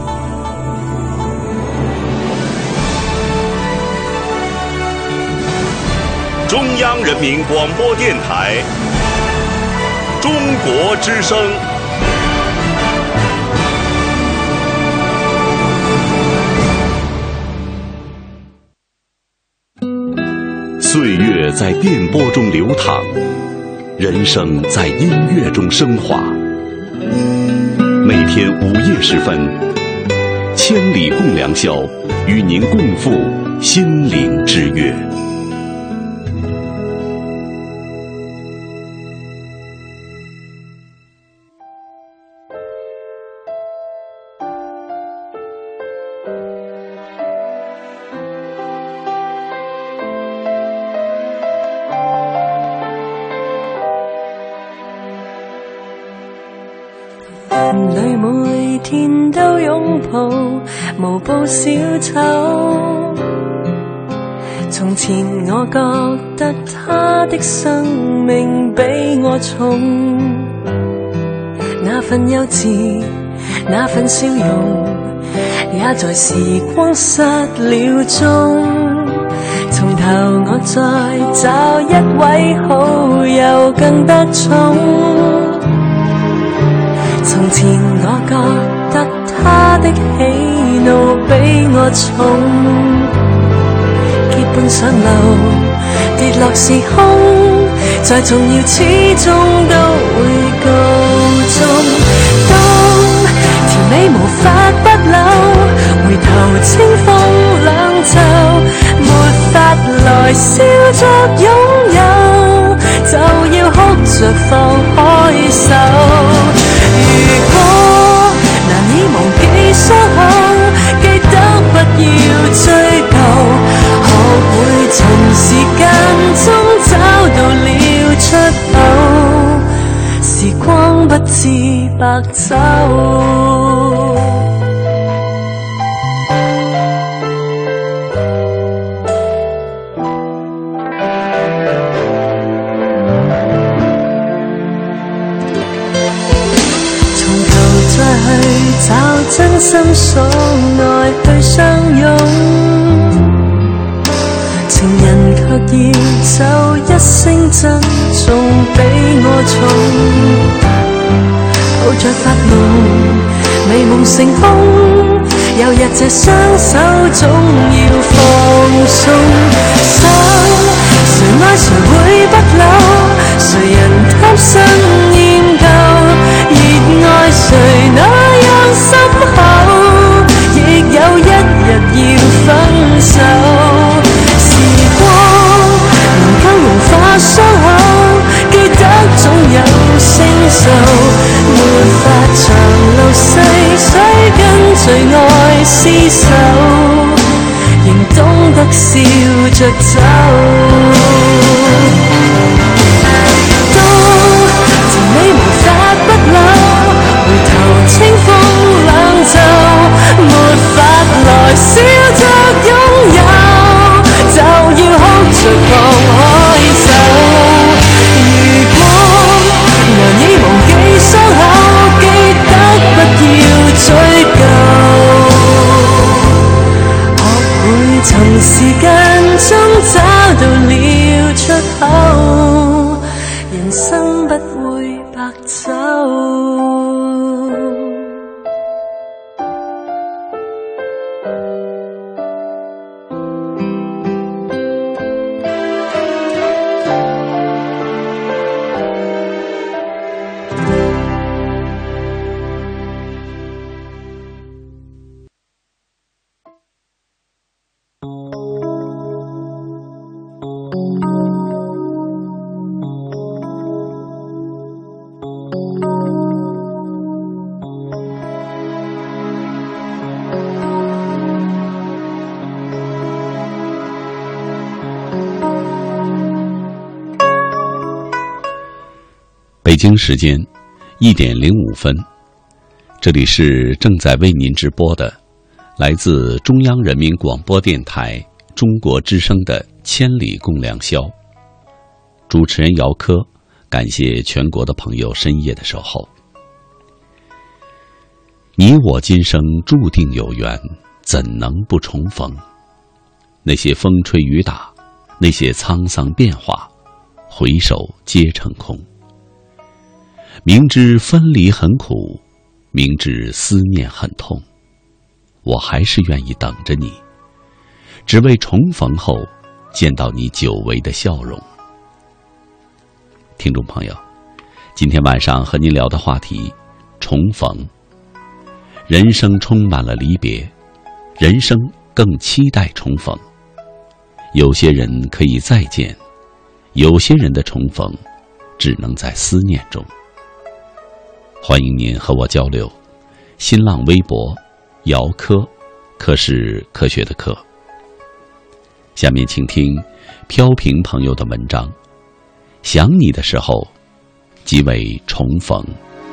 Speaker 5: 中央人民广播电台中国之声。岁月在电波中流淌，人生在音乐中升华。每天午夜时分，千里共良宵，与您共赴心灵之约。
Speaker 6: 里每天都拥抱無報小丑，從前我覺得他的生命比我重，那份幼稚，那份笑容，也在時光失了蹤。從頭我再找一位好友更得寵。從前我覺得他的喜怒比我重，結伴上路，跌落時空，再重要始終都會告終。當甜美無法不朽，回頭清風兩袖，沒法來笑着擁有，就要哭着放開手。如果難以忘記傷口，記得不要追究，學會從時間中找到了出口，時光不致白走。找真心所愛去相擁，情人卻要走一聲珍重比我重，抱着發夢，美夢成空，有日這雙手總要放鬆。想誰愛誰會不朽，誰人貪新厭舊，熱愛誰那樣深厚，亦有一日要分手。時光能夠融化傷口，記得總有星宿，沒法長路細水跟隨愛廝守，仍懂得笑着走。甜美無法不朽，回頭清風兩袖，沒法來笑着擁有，就要哭着放開手。 人生不會白走。
Speaker 1: 北京时间一点零五分，这里是正在为您直播的来自中央人民广播电台中国之声的《千里共良宵》，主持人姚科，感谢全国的朋友深夜的守候。你我今生注定有缘，怎能不重逢？那些风吹雨打，那些沧桑变化，回首皆成空。明知分离很苦，明知思念很痛，我还是愿意等着你，只为重逢后见到你久违的笑容。听众朋友，今天晚上和您聊的话题，重逢。人生充满了离别，人生更期待重逢。有些人可以再见，有些人的重逢只能在思念中。欢迎您和我交流，新浪微博姚科，科是科学的科。下面请听飘萍朋友的文章，想你的时候即为重逢。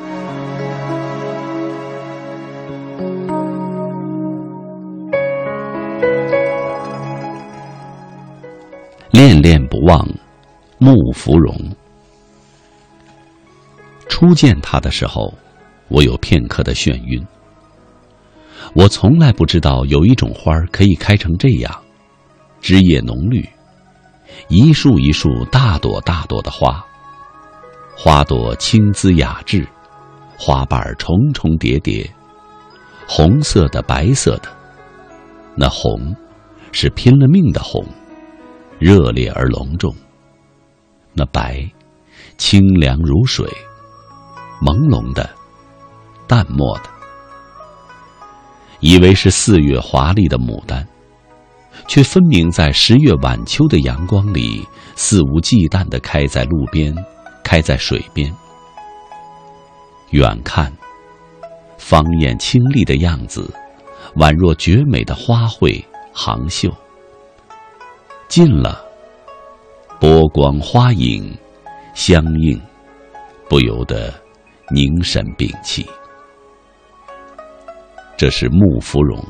Speaker 1: 恋恋不忘穆芙蓉。初见他的时候，我有片刻的眩晕。我从来不知道有一种花可以开成这样，枝叶浓绿，一束一束大朵大朵的花，花朵青姿雅致，花瓣重重叠叠，红色的白色的，那红是拼了命的红，热烈而隆重，那白清凉如水，朦胧的，淡漠的。以为是四月华丽的牡丹，却分明在十月晚秋的阳光里肆无忌惮地开在路边，开在水边。远看芳艳清丽的样子，宛若绝美的花卉行秀。近了，波光花影相映，不由得凝神屏气。这是穆芙蓉。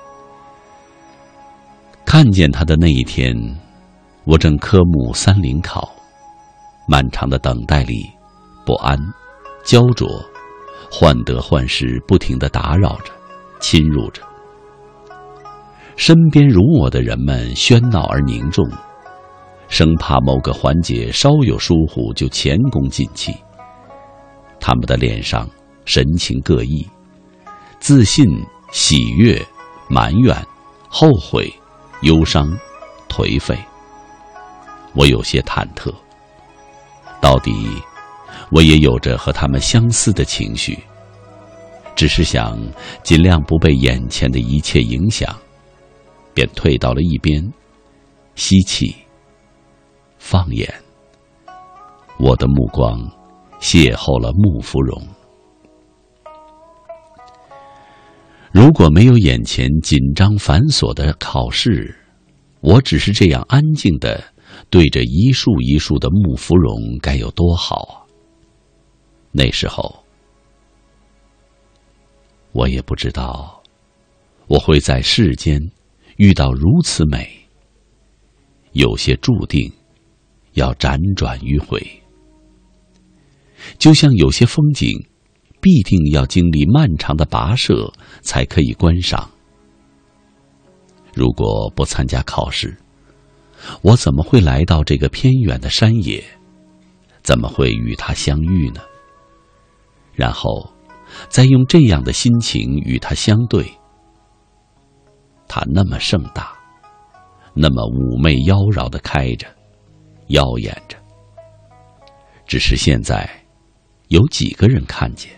Speaker 1: 看见她的那一天，我正科目三临考，漫长的等待里，不安、焦灼、患得患失不停地打扰着，侵入着。身边如我的人们喧闹而凝重，生怕某个环节稍有疏忽就前功尽弃。他们的脸上神情各异，自信、喜悦、埋怨、后悔、忧伤、颓废。我有些忐忑，到底我也有着和他们相似的情绪，只是想尽量不被眼前的一切影响，便退到了一边，吸气，放眼。我的目光邂逅了穆芙蓉。如果没有眼前紧张繁琐的考试，我只是这样安静地对着一束一束的穆芙蓉，该有多好啊！那时候，我也不知道我会在世间遇到如此美。有些注定要辗转迂回，就像有些风景必定要经历漫长的跋涉才可以观赏。如果不参加考试，我怎么会来到这个偏远的山野， 怎么会与他相遇呢？然后再用这样的心情与他相对。他那么盛大，那么妩媚妖娆地开着，耀眼着。只是现在有几个人看见？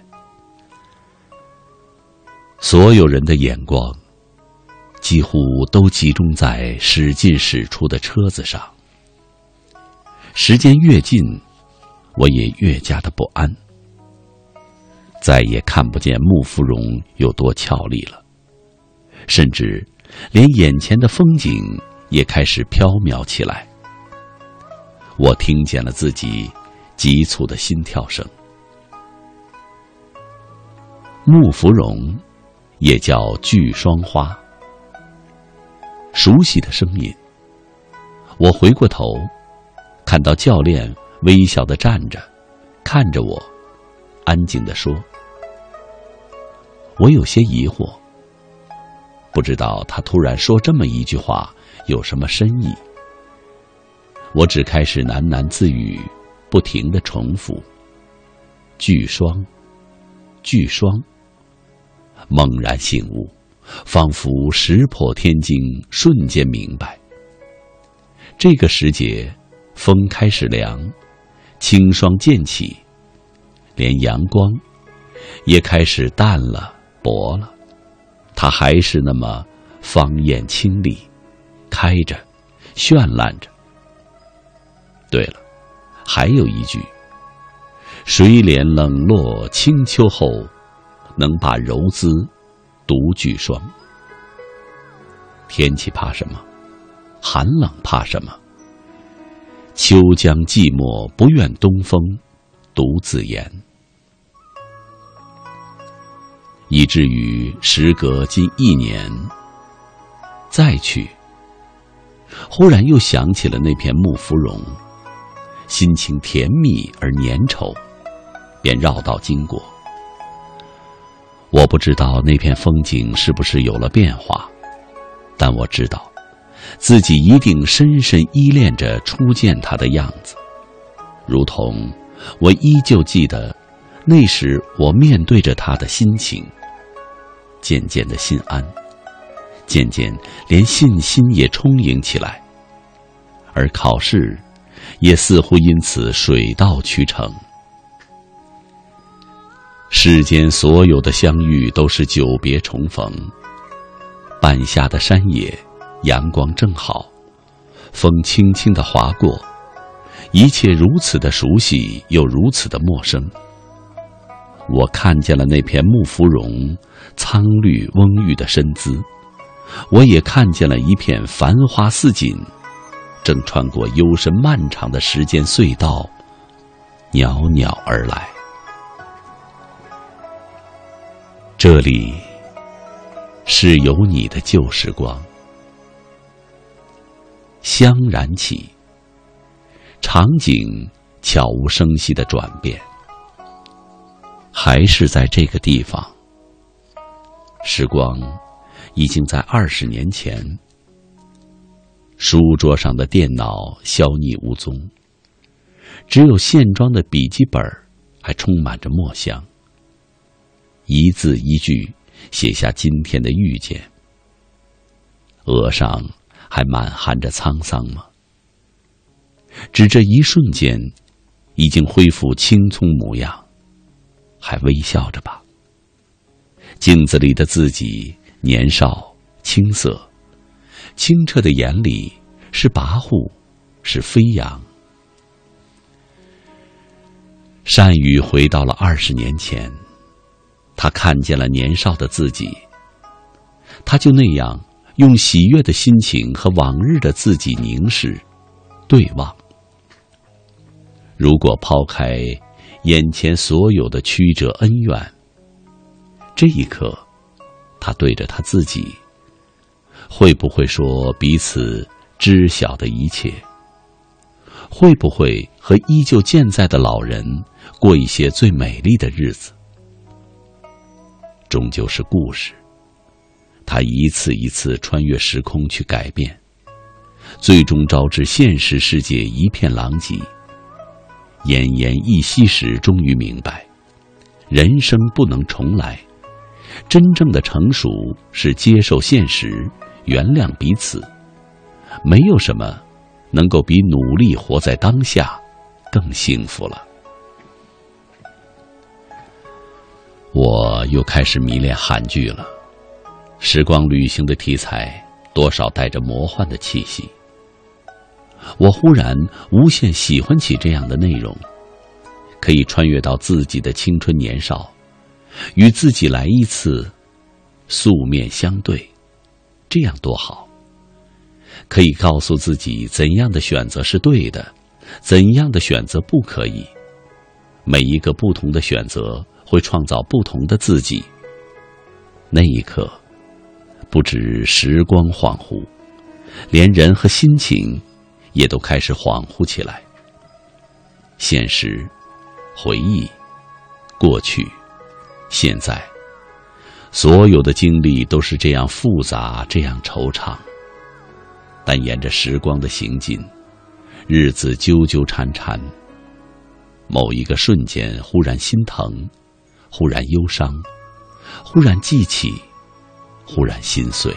Speaker 1: 所有人的眼光几乎都集中在驶进驶出的车子上。时间越近，我也越加的不安。再也看不见穆芙蓉有多俏丽了，甚至连眼前的风景也开始飘渺起来。我听见了自己急促的心跳声。穆芙蓉也叫巨霜花，熟悉的声音。我回过头，看到教练微笑地站着，看着我，安静地说。我有些疑惑，不知道他突然说这么一句话有什么深意。我只开始喃喃自语，不停地重复巨霜，巨霜。猛然醒悟，仿佛石破天惊，瞬间明白。这个时节，风开始凉，清霜渐起，连阳光也开始淡了，薄了。它还是那么芳艳清丽，开着，绚烂着。对了，还有一句：水帘冷落清秋后，能把柔姿独具霜。天气怕什么？寒冷怕什么？秋江寂寞不愿东风独自言。以至于时隔近一年再去，忽然又想起了那片穆芙蓉，心情甜蜜而粘稠，便绕道经过。我不知道那片风景是不是有了变化，但我知道自己一定深深依恋着初见它的样子，如同我依旧记得那时我面对着它的心情。渐渐的心安，渐渐连信心也充盈起来，而考试也似乎因此水到渠成。世间所有的相遇都是久别重逢，半夏的山野，阳光正好，风轻轻地划过，一切如此的熟悉，又如此的陌生。我看见了那片穆芙蓉苍绿蓊郁的身姿，我也看见了一片繁花似锦，正穿过幽深漫长的时间隧道，袅袅而来。这里是有你的旧时光，香燃起，场景悄无声息的转变。还是在这个地方，时光已经在二十年前。书桌上的电脑消匿无踪，只有线装的笔记本还充满着墨香，一字一句写下今天的遇见。额上还满含着沧桑吗？只这一瞬间，已经恢复青葱模样。还微笑着吧。镜子里的自己年少青涩，清澈的眼里是跋扈，是飞扬。单于回到了二十年前，他看见了年少的自己，他就那样用喜悦的心情和往日的自己凝视对望。如果抛开眼前所有的曲折恩怨，这一刻他对着他自己，会不会说彼此知晓的一切？会不会和依旧健在的老人过一些最美丽的日子？终究是故事，他一次一次穿越时空去改变，最终招致现实世界一片狼藉， 奄奄一息时，终于明白，人生不能重来，真正的成熟是接受现实，原谅彼此。没有什么能够比努力活在当下更幸福了。我又开始迷恋韩剧了，时光旅行的题材多少带着魔幻的气息。我忽然无限喜欢起这样的内容，可以穿越到自己的青春年少，与自己来一次素面相对，这样多好。可以告诉自己怎样的选择是对的，怎样的选择不可以。每一个不同的选择会创造不同的自己。那一刻，不止时光恍惚，连人和心情也都开始恍惚起来。现实、回忆、过去、现在，所有的经历都是这样复杂，这样惆怅。但沿着时光的行进，日子纠纠缠缠，某一个瞬间忽然心疼，忽然忧伤，忽然记起，忽然心碎。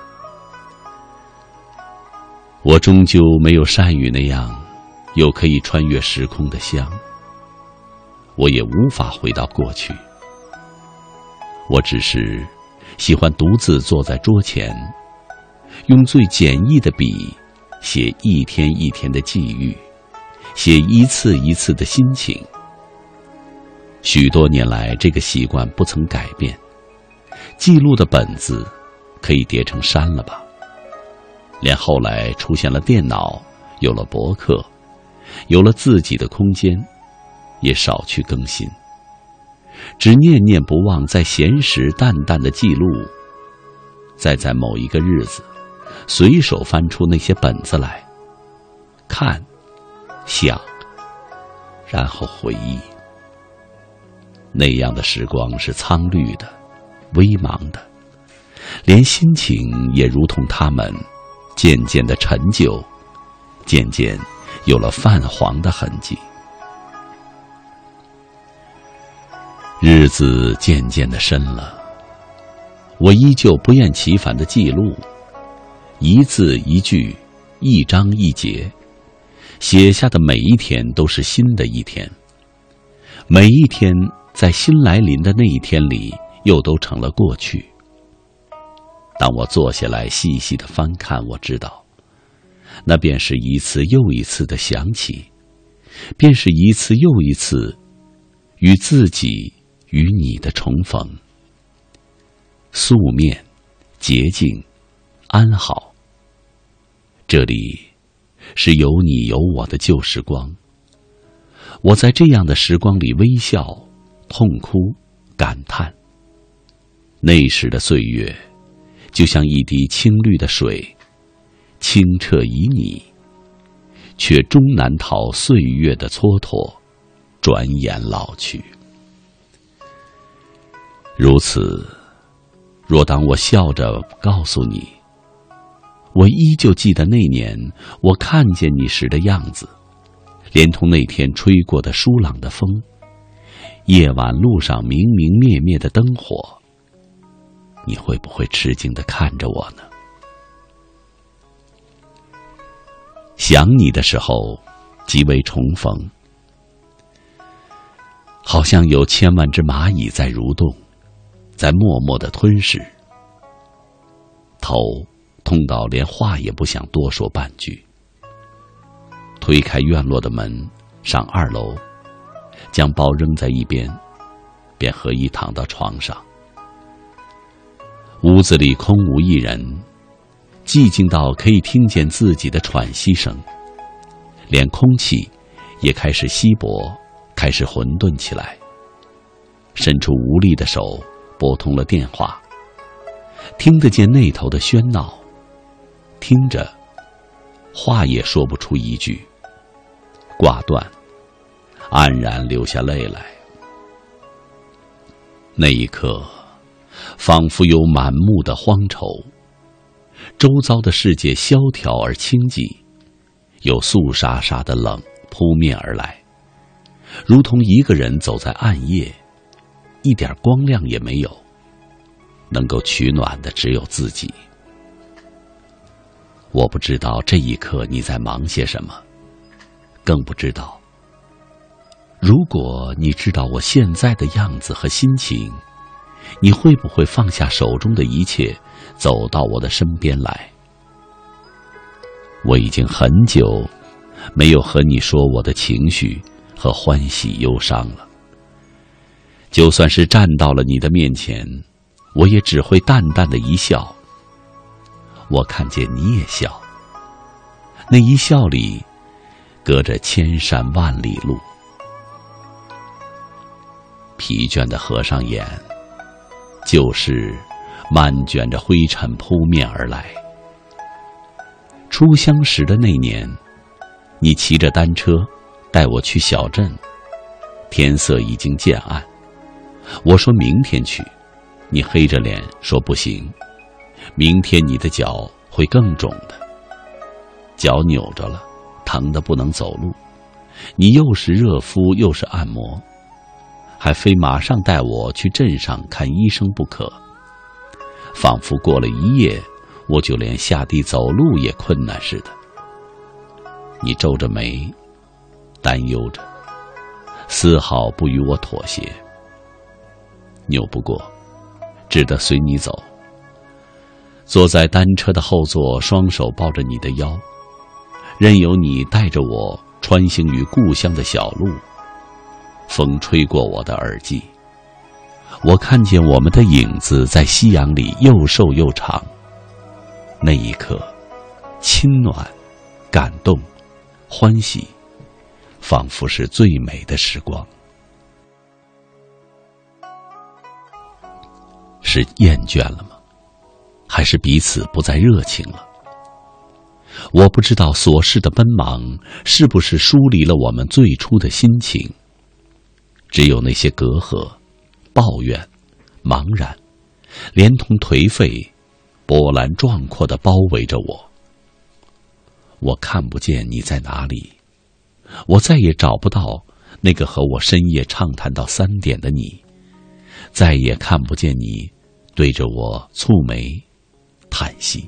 Speaker 1: 我终究没有善宇那样有可以穿越时空的香，我也无法回到过去。我只是喜欢独自坐在桌前，用最简易的笔写一天一天的际遇，写一次一次的心情。许多年来，这个习惯不曾改变。记录的本子可以叠成山了吧？连后来出现了电脑，有了博客，有了自己的空间，也少去更新，只念念不忘在闲时淡淡的记录，再在某一个日子随手翻出那些本子来，看、想，然后回忆。那样的时光是苍绿的、微茫的，连心情也如同它们渐渐的陈旧，渐渐有了泛黄的痕迹。日子渐渐的深了，我依旧不厌其烦的记录，一字一句，一章一节，写下的每一天都是新的一天，每一天在新来临的那一天里又都成了过去。当我坐下来细细的翻看，我知道那便是一次又一次的想起，便是一次又一次与自己与你的重逢。素面、洁净、安好，这里是有你有我的旧时光。我在这样的时光里微笑、痛哭、感叹。那时的岁月就像一滴清绿的水，清澈旖旎，却终难逃岁月的蹉跎，转眼老去。如此，若当我笑着告诉你，我依旧记得那年我看见你时的样子，连同那天吹过的舒朗的风，夜晚路上明明灭灭的灯火，你会不会吃惊地看着我呢？想你的时候，即为重逢，好像有千万只蚂蚁在蠕动，在默默地吞噬。头痛到连话也不想多说半句。推开院落的门，上二楼，将包扔在一边，便合衣躺到床上。屋子里空无一人，寂静到可以听见自己的喘息声，连空气也开始稀薄，开始混沌起来。伸出无力的手拨通了电话，听得见那头的喧闹，听着话也说不出一句，挂断，黯然流下泪来。那一刻仿佛有满目的荒愁，周遭的世界萧条而清寂，有肃杀杀的冷扑面而来。 如同一个人走在暗夜，一点光亮也没有，能够取暖的只有自己。我不知道这一刻你在忙些什么，更不知道，如果你知道我现在的样子和心情，你会不会放下手中的一切，走到我的身边来？我已经很久没有和你说我的情绪和欢喜忧伤了。就算是站到了你的面前，我也只会淡淡的一笑。我看见你也笑，那一笑里隔着千山万里路。疲倦的合上眼，旧事漫卷着灰尘扑面而来。初相识的那年，你骑着单车带我去小镇，天色已经渐暗。我说明天去，你黑着脸说不行，明天你的脚会更肿的。脚扭着了，疼得不能走路，你又是热敷又是按摩，还非马上带我去镇上看医生不可。仿佛过了一夜，我就连下地走路也困难似的。你皱着眉，担忧着，丝毫不与我妥协。拗不过，只得随你走。坐在单车的后座，双手抱着你的腰，任由你带着我穿行于故乡的小路。风吹过我的耳际，我看见我们的影子在夕阳里又瘦又长。那一刻，亲暖、感动、欢喜，仿佛是最美的时光。是厌倦了吗？还是彼此不再热情了？我不知道琐事的奔忙是不是疏离了我们最初的心情。只有那些隔阂、抱怨、茫然，连同颓废，波澜壮阔地包围着我。我看不见你在哪里，我再也找不到那个和我深夜畅谈到三点的你，再也看不见你对着我蹙眉叹息。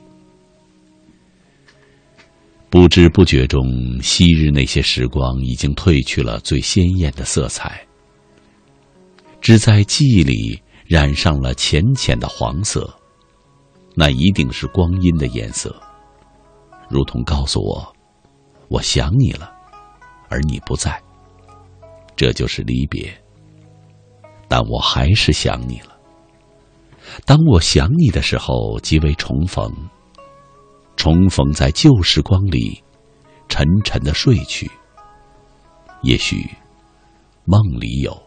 Speaker 1: 不知不觉中，昔日那些时光已经褪去了最鲜艳的色彩，只在记忆里染上了浅浅的黄色，那一定是光阴的颜色，如同告诉我，我想你了，而你不在，这就是离别。但我还是想你了。当我想你的时候，即为重逢，重逢在旧时光里，沉沉的睡去。也许梦里有，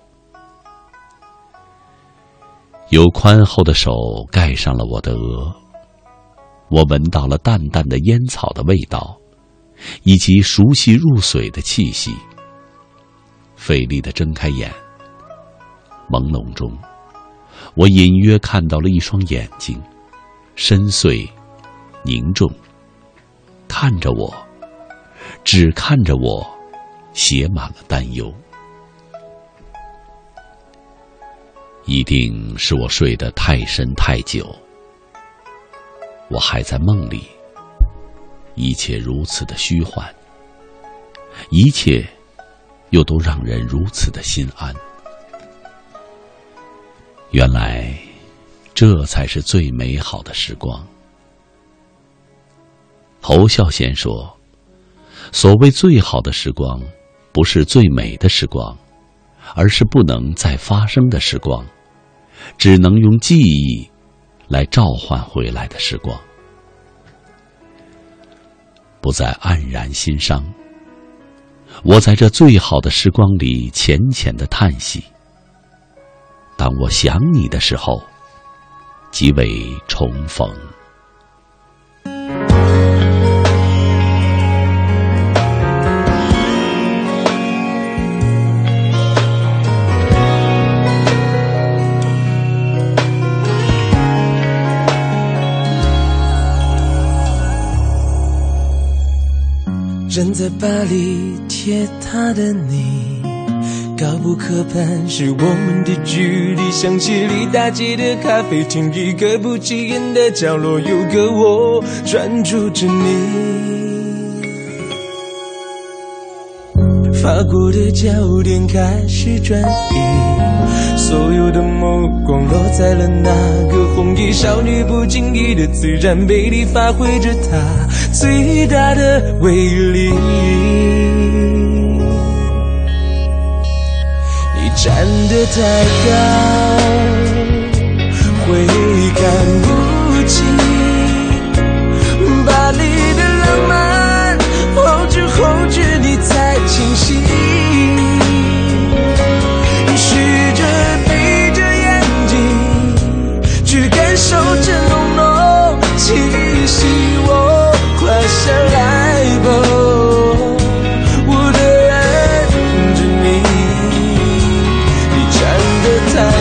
Speaker 1: 有宽厚的手盖上了我的额，我闻到了淡淡的烟草的味道，以及熟悉入髓的气息。费力地睁开眼，朦胧中，我隐约看到了一双眼睛，深邃、凝重，看着我，只看着我，写满了担忧。一定是我睡得太深太久，我还在梦里，一切如此的虚幻，一切又都让人如此的心安。原来这才是最美好的时光。侯孝贤说，所谓最好的时光，不是最美的时光，而是不能再发生的时光，只能用记忆来召唤回来的时光。不再黯然心伤，我在这最好的时光里浅浅的叹息。当我想你的时候，即为重逢。
Speaker 2: 站在巴黎铁塔的你，
Speaker 4: 高不可攀，是我们的距离。想起里大街的咖啡厅，一个不起眼的角落，有个我专注着你。法国的焦点开始转移，所有的目光落在了那个红衣少女，不经意的自然魅力，发挥着她最大的威力。你站得太高，会看不清巴黎的浪漫，后知后觉你才清晰。试着闭着眼睛去感受这浓浓气息，我快下来吧，我的爱着你。你站得太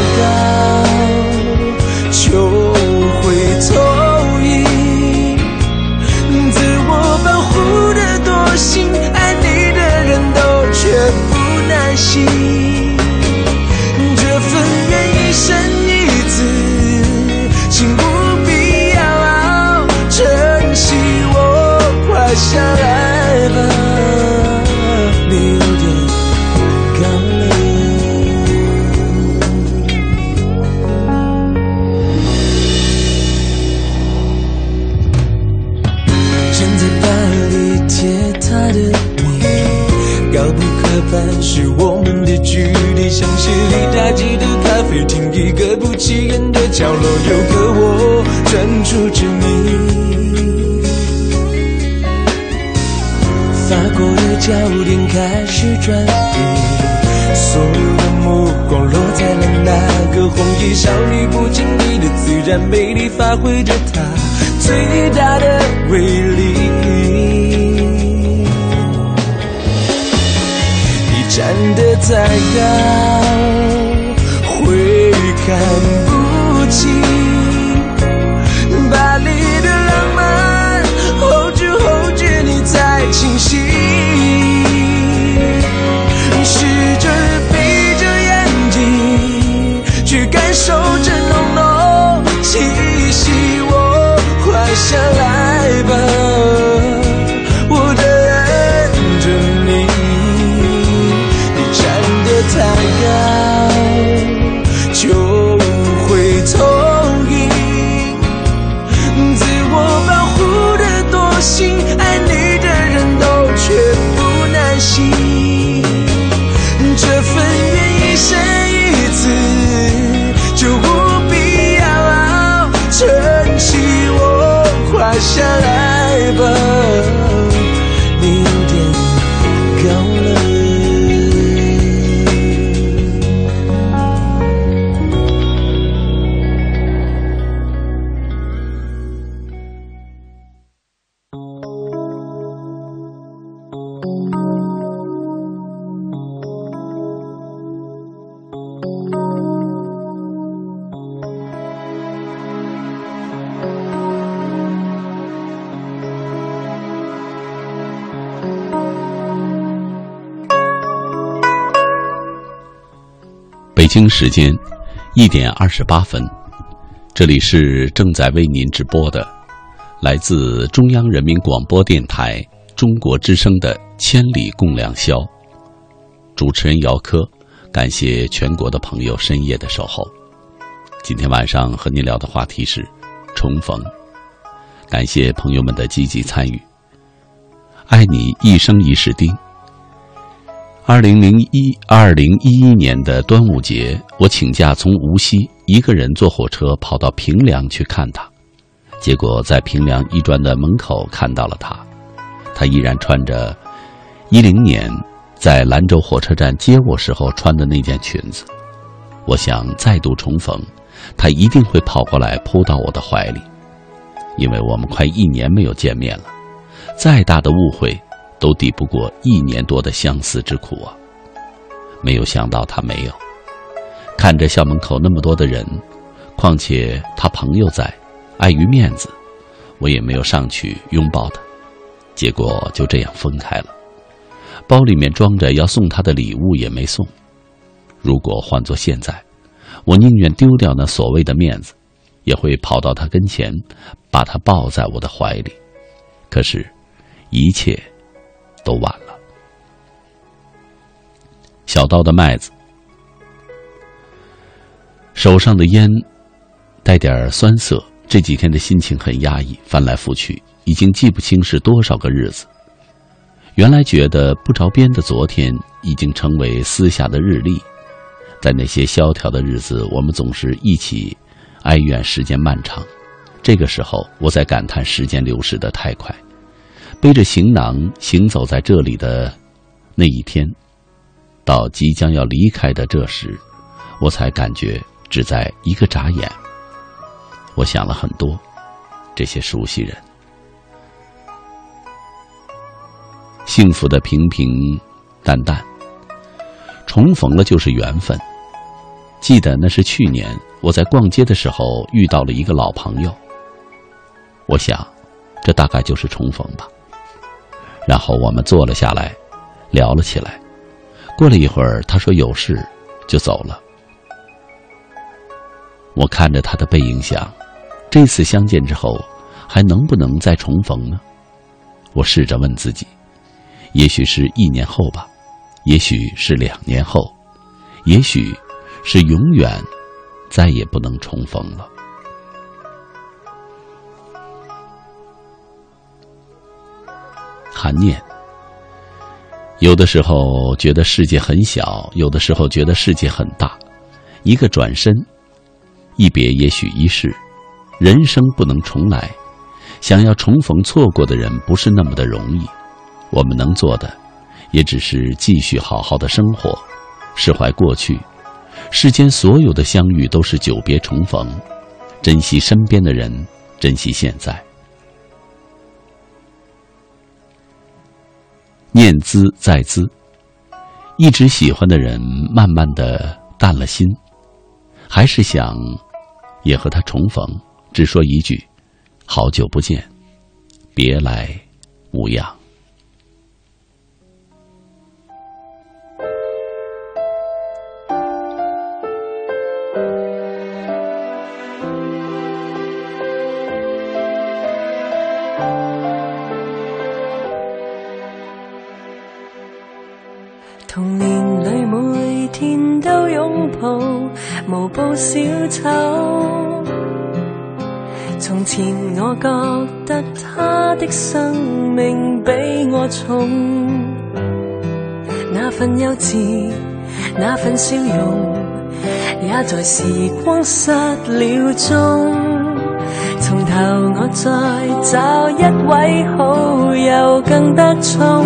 Speaker 4: 高就会投影，自我保护的多心，爱你的人都却不耐心。这份愿一生一次，请务必要珍惜，我快下来吧，你有点高了。站在巴黎铁塔的你，高不可攀，是我们的距离。像是里大街的咖啡厅，一个不起眼的角落，有个我专注着你。法国的焦点开始转移，所有的目光落在了那个红衣少女，不经意的自然魅力，发挥着她最大的威力。你站得太高，会看不清巴黎的浪漫，后知后觉你才清晰。试着闭着眼睛去感受这浓浓气息，我快下来吧，我的爱着你。你站得太高就会投影，自我保护的多心，爱你的人都却不耐心。这份愿一生一次，就务必要珍惜，我快下来吧，你有点高了。
Speaker 1: 北京时间一点二十八分，这里是正在为您直播的来自中央人民广播电台中国之声的《千里共良宵》，主持人姚科，感谢全国的朋友深夜的守候。今天晚上和您聊的话题是重逢，感谢朋友们的积极参与。爱你一生一世丁。二零零一二零一一年的端午节，我请假从无锡一个人坐火车跑到平凉去看他，结果在平凉医专的门口看到了他，他依然穿着一零年在兰州火车站接我时候穿的那件裙子。我想再度重逢，他一定会跑过来扑到我的怀里，因为我们快一年没有见面了，再大的误会都抵不过一年多的相思之苦啊！没有想到他没有。看着校门口那么多的人，况且他朋友在，碍于面子，我也没有上去拥抱他。结果就这样分开了。包里面装着要送他的礼物也没送， 如果换作现在，我宁愿丢掉那所谓的面子，也会跑到他跟前，把他抱在我的怀里。可是，一切都晚了。小刀的麦子，手上的烟带点酸涩，这几天的心情很压抑，翻来覆去，已经记不清是多少个日子。原来觉得不着边的昨天，已经成为私下的日历。在那些萧条的日子，我们总是一起哀怨时间漫长。这个时候，我在感叹时间流逝得太快。背着行囊行走在这里的那一天，到即将要离开的这时，我才感觉只在一个眨眼，我想了很多这些熟悉人。幸福的平平淡淡，重逢了就是缘分。记得那是去年我在逛街的时候遇到了一个老朋友，我想这大概就是重逢吧。然后我们坐了下来聊了起来，过了一会儿他说有事就走了。我看着他的背影想，这次相见之后还能不能再重逢呢？我试着问自己，也许是一年后吧，也许是两年后，也许是永远再也不能重逢了。韩念，有的时候觉得世界很小，有的时候觉得世界很大。一个转身，一别也许一世，人生不能重来。想要重逢错过的人不是那么的容易，我们能做的也只是继续好好的生活，释怀过去。世间所有的相遇都是久别重逢，珍惜身边的人，珍惜现在。念兹在兹，一直喜欢的人慢慢的淡了心，还是想也和他重逢，只说一句好久不见，别来无恙。
Speaker 6: 童年里每天都拥抱，無報小丑。從前我覺得他的生命比我重，那份幼稚，那份笑容，也在時光失了蹤。從頭我再找一位好友更得寵。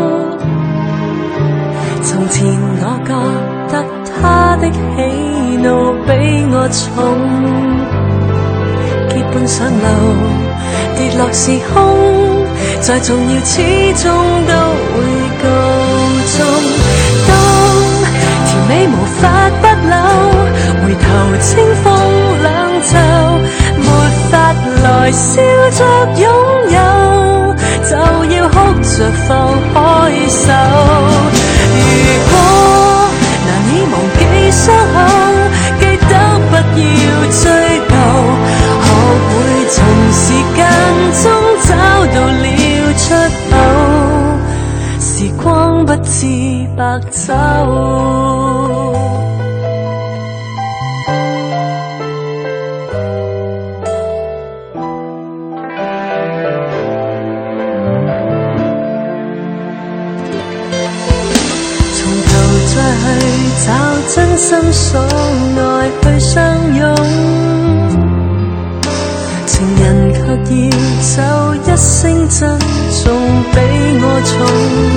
Speaker 6: 從前我覺得他的喜怒比我重，結伴上路，跌落時空，再重要始終都會告終。當甜美無法不朽，回頭清風兩袖，沒法來笑着擁有，就要哭着放開手。如果難以忘記傷口，記得不要追究，學會從時間中找到了出口，時光不致白走。找真心所愛去相擁，情人卻要走一聲珍重比我重，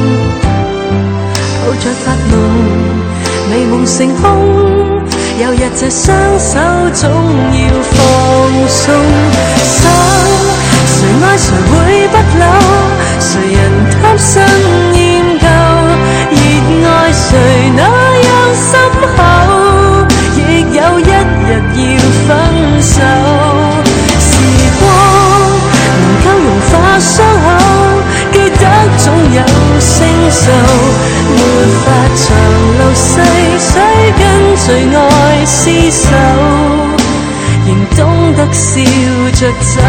Speaker 6: 抱着發夢，美夢成空，有日這雙手總要放鬆。手誰愛誰會不朽，誰人貪新厭舊，熱愛誰那樣深厚，亦有一日要分手。時光能夠融化傷口，記得總有星宿，沒法長流逝，誰谁爱厮守，仍懂得笑着走。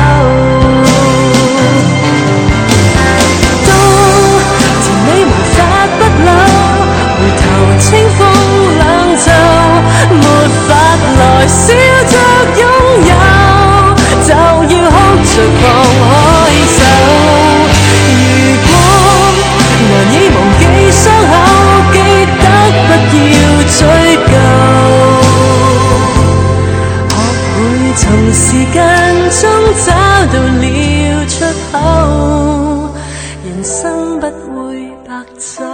Speaker 6: 当甜美无法不朽，回頭清風冷袖，沒法來笑着擁有，就要哭着放開手。如果難以忘記傷口，記得不要追究，學會從時間中找到了出口，人生不會白走。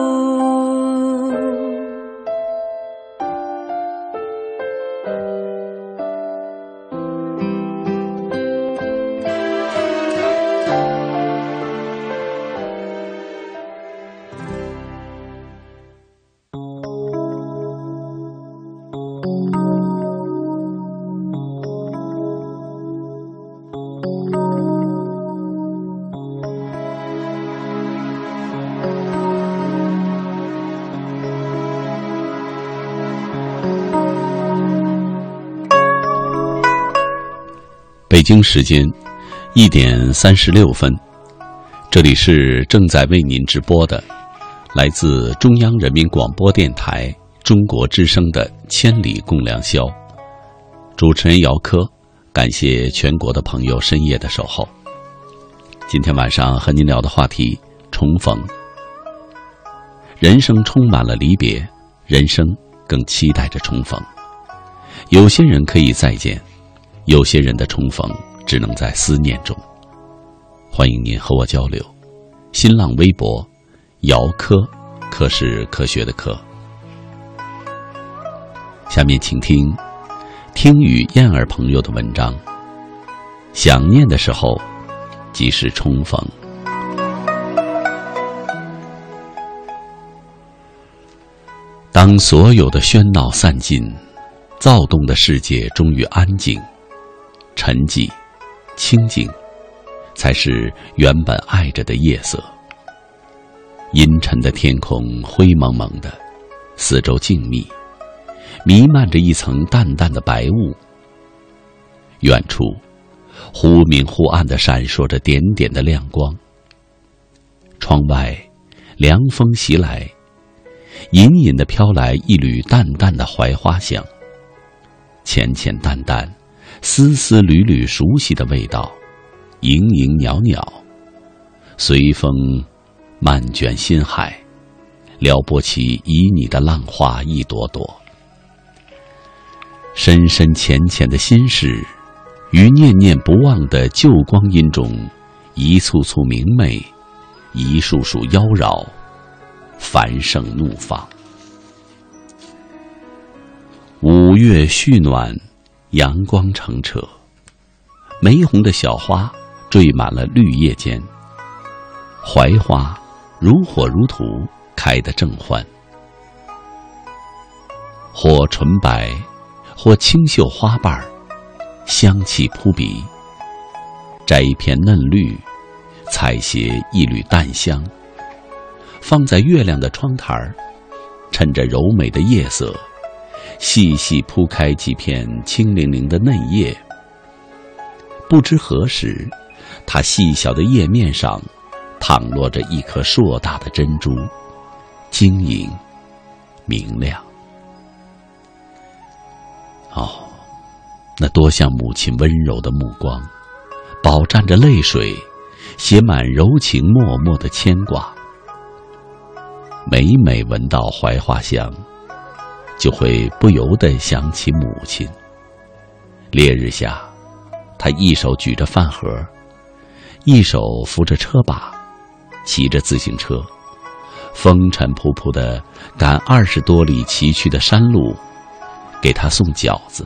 Speaker 1: 北京时间一点三十六分，这里是正在为您直播的来自中央人民广播电台中国之声的《千里共良宵》，主持人姚科，感谢全国的朋友深夜的守候。今天晚上和您聊的话题重逢。人生充满了离别，人生更期待着重逢。有些人可以再见，有些人的重逢只能在思念中。欢迎您和我交流。新浪微博姚科，科是科学的科。下面请听听雨燕儿朋友的文章，想念的时候即是重逢。当所有的喧闹散尽，躁动的世界终于安静，沉寂清静才是原本爱着的夜色。阴沉的天空灰蒙蒙的，四周静谧，弥漫着一层淡淡的白雾。远处忽明忽暗地闪烁着点点的亮光。窗外凉风袭来，隐隐地飘来一缕淡淡的槐花香，浅浅淡淡，丝丝缕缕熟悉的味道，盈盈袅袅，随风漫卷心海，撩拨起旖旎的浪花一朵朵。深深浅浅的心事，于念念不忘的旧光阴中，一簇簇明媚，一束束妖娆，繁盛怒放。五月煦暖，阳光澄澈，玫红的小花缀满了绿叶间，槐花如火如荼，开得正欢。或纯白，或清秀花瓣，香气扑鼻。摘一片嫩绿，采撷一缕淡香，放在月亮的窗台儿，趁着柔美的夜色，细细铺开几片清灵灵的嫩叶。不知何时，它细小的叶面上躺落着一颗硕大的珍珠，晶莹明亮。哦，那多像母亲温柔的目光，饱蘸着泪水，写满柔情脉脉的牵挂。每每闻到槐花香，就会不由得想起母亲。烈日下，她一手举着饭盒，一手扶着车把，骑着自行车，风尘仆仆地赶二十多里崎岖的山路，给她送饺子。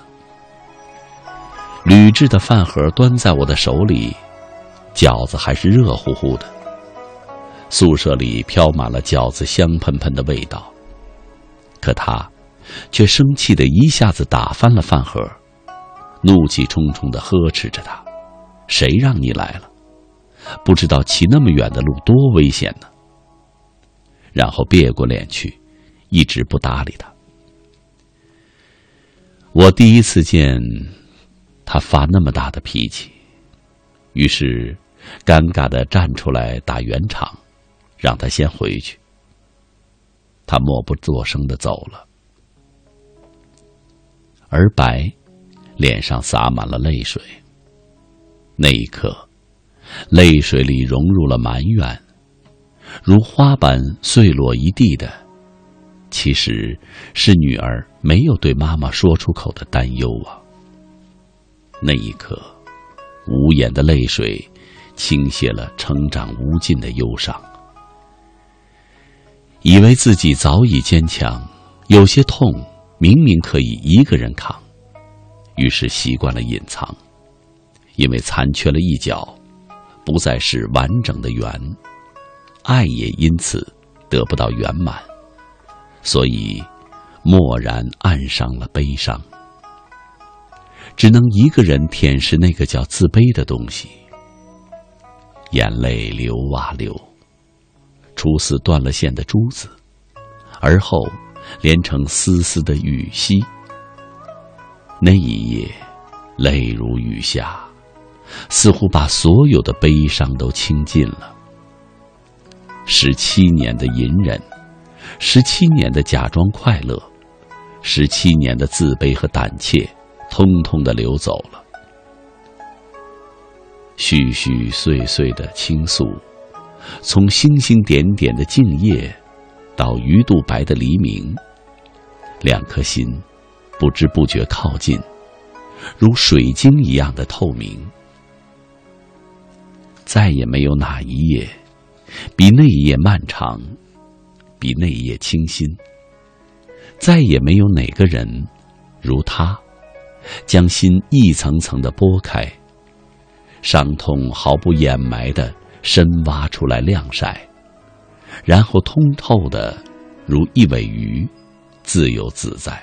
Speaker 1: 铝制的饭盒端在我的手里，饺子还是热乎乎的。宿舍里飘满了饺子香喷喷的味道，可她却生气地一下子打翻了饭盒，怒气冲冲地呵斥着他：谁让你来了？不知道骑那么远的路多危险呢。然后别过脸去，一直不搭理他。 我第一次见他发那么大的脾气，于是尴尬地站出来打圆场，让他先回去。他默不作声地走了，而白脸上洒满了泪水。那一刻，泪水里融入了埋怨，如花般碎落一地的，其实是女儿没有对妈妈说出口的担忧啊。那一刻，无言的泪水倾泻了成长无尽的忧伤。以为自己早已坚强，有些痛明明可以一个人扛，于是习惯了隐藏，因为残缺了一角，不再是完整的圆，爱也因此得不到圆满，所以默然暗上了悲伤，只能一个人舔舐那个叫自卑的东西。眼泪流啊流，初似断了线的珠子，而后连成丝丝的雨息。那一夜，泪如雨下，似乎把所有的悲伤都倾尽了。十七年的隐忍，十七年的假装快乐，十七年的自卑和胆怯，通通的流走了。絮絮碎碎的倾诉，从星星点点的静夜到鱼肚白的黎明，两颗心不知不觉靠近，如水晶一样的透明。再也没有哪一夜比那一夜漫长，比那一夜清新。再也没有哪个人如他，将心一层层地剥开，伤痛毫不掩埋地深挖出来晾晒，然后通透的如一尾鱼，自由自在。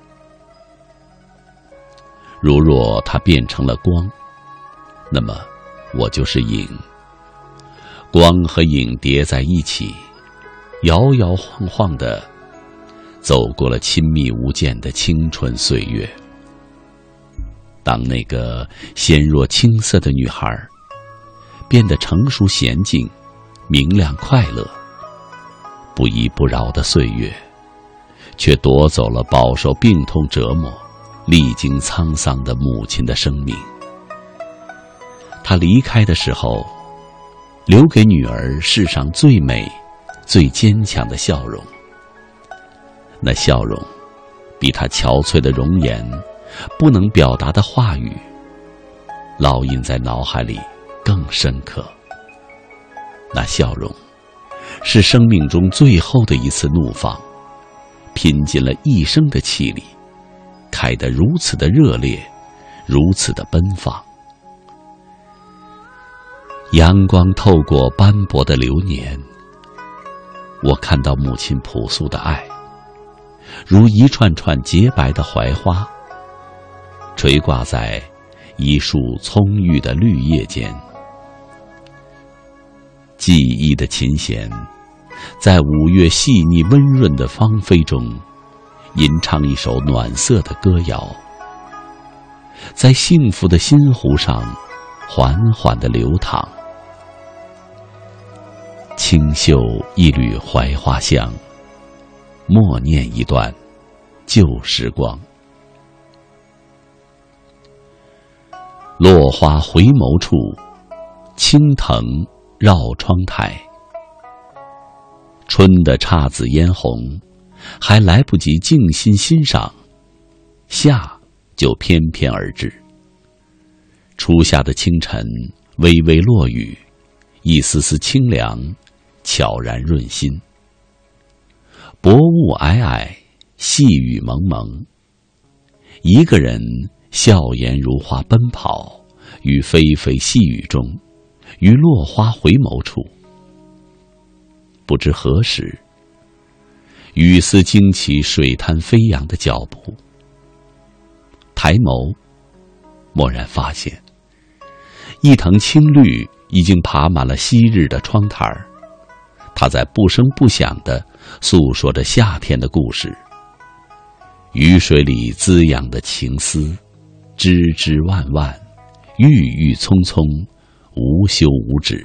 Speaker 1: 如若它变成了光，那么我就是影。光和影叠在一起，摇摇晃晃地走过了亲密无间的青春岁月。当那个纤弱青涩的女孩变得成熟娴静、明亮快乐，不依不饶的岁月却夺走了饱受病痛折磨、历经沧桑的母亲的生命。她离开的时候，留给女儿世上最美、最坚强的笑容。那笑容，比她憔悴的容颜、不能表达的话语，烙印在脑海里更深刻。那笑容，是生命中最后的一次怒放，拼尽了一生的气力，开得如此的热烈，如此的奔放。阳光透过斑驳的流年，我看到母亲朴素的爱，如一串串洁白的槐花，垂挂在一束葱郁的绿叶间。记忆的琴弦，在五月细腻温润的芳菲中，吟唱一首暖色的歌谣，在幸福的心湖上缓缓地流淌。清嗅一缕槐花香，默念一段旧时光。落花回眸处，青藤绕窗台。春的姹紫嫣红，还来不及静心欣赏，夏就翩翩而至。初夏的清晨，微微落雨，一丝丝清凉，悄然润心。薄雾霭霭，细雨蒙蒙，一个人笑颜如花奔跑，于霏霏细雨中，于落花回眸处。不知何时，雨丝惊起水滩飞扬的脚步，抬眸，蓦然发现，一藤青绿已经爬满了昔日的窗台儿，它在不声不响地诉说着夏天的故事。 雨水里滋养的情思，枝枝万万，郁郁葱葱，无休无止。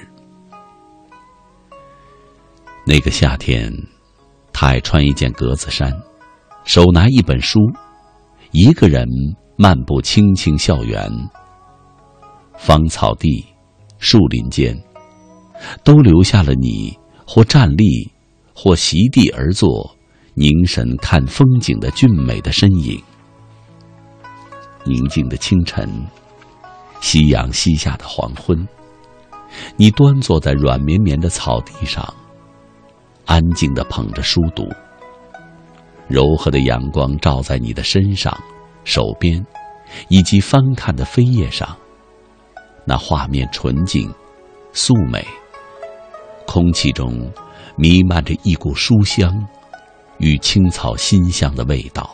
Speaker 1: 那个夏天，他爱穿一件格子衫，手拿一本书，一个人漫步青青校园。芳草地，树林间，都留下了你或站立，或席地而坐，凝神看风景的俊美的身影。宁静的清晨，夕阳西下的黄昏，你端坐在软绵绵的草地上，安静地捧着书读。柔和的阳光照在你的身上、手边，以及翻看的扉页上，那画面纯净、素美，空气中弥漫着一股书香与青草馨香的味道。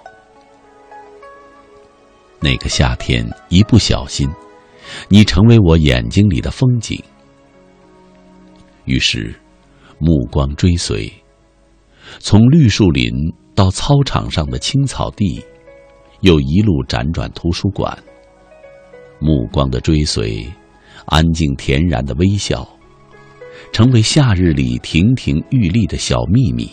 Speaker 1: 那个夏天，一不小心，你成为我眼睛里的风景。于是，目光追随，从绿树林到操场上的青草地，又一路辗转图书馆。目光的追随，安静恬然的微笑，成为夏日里亭亭玉立的小秘密。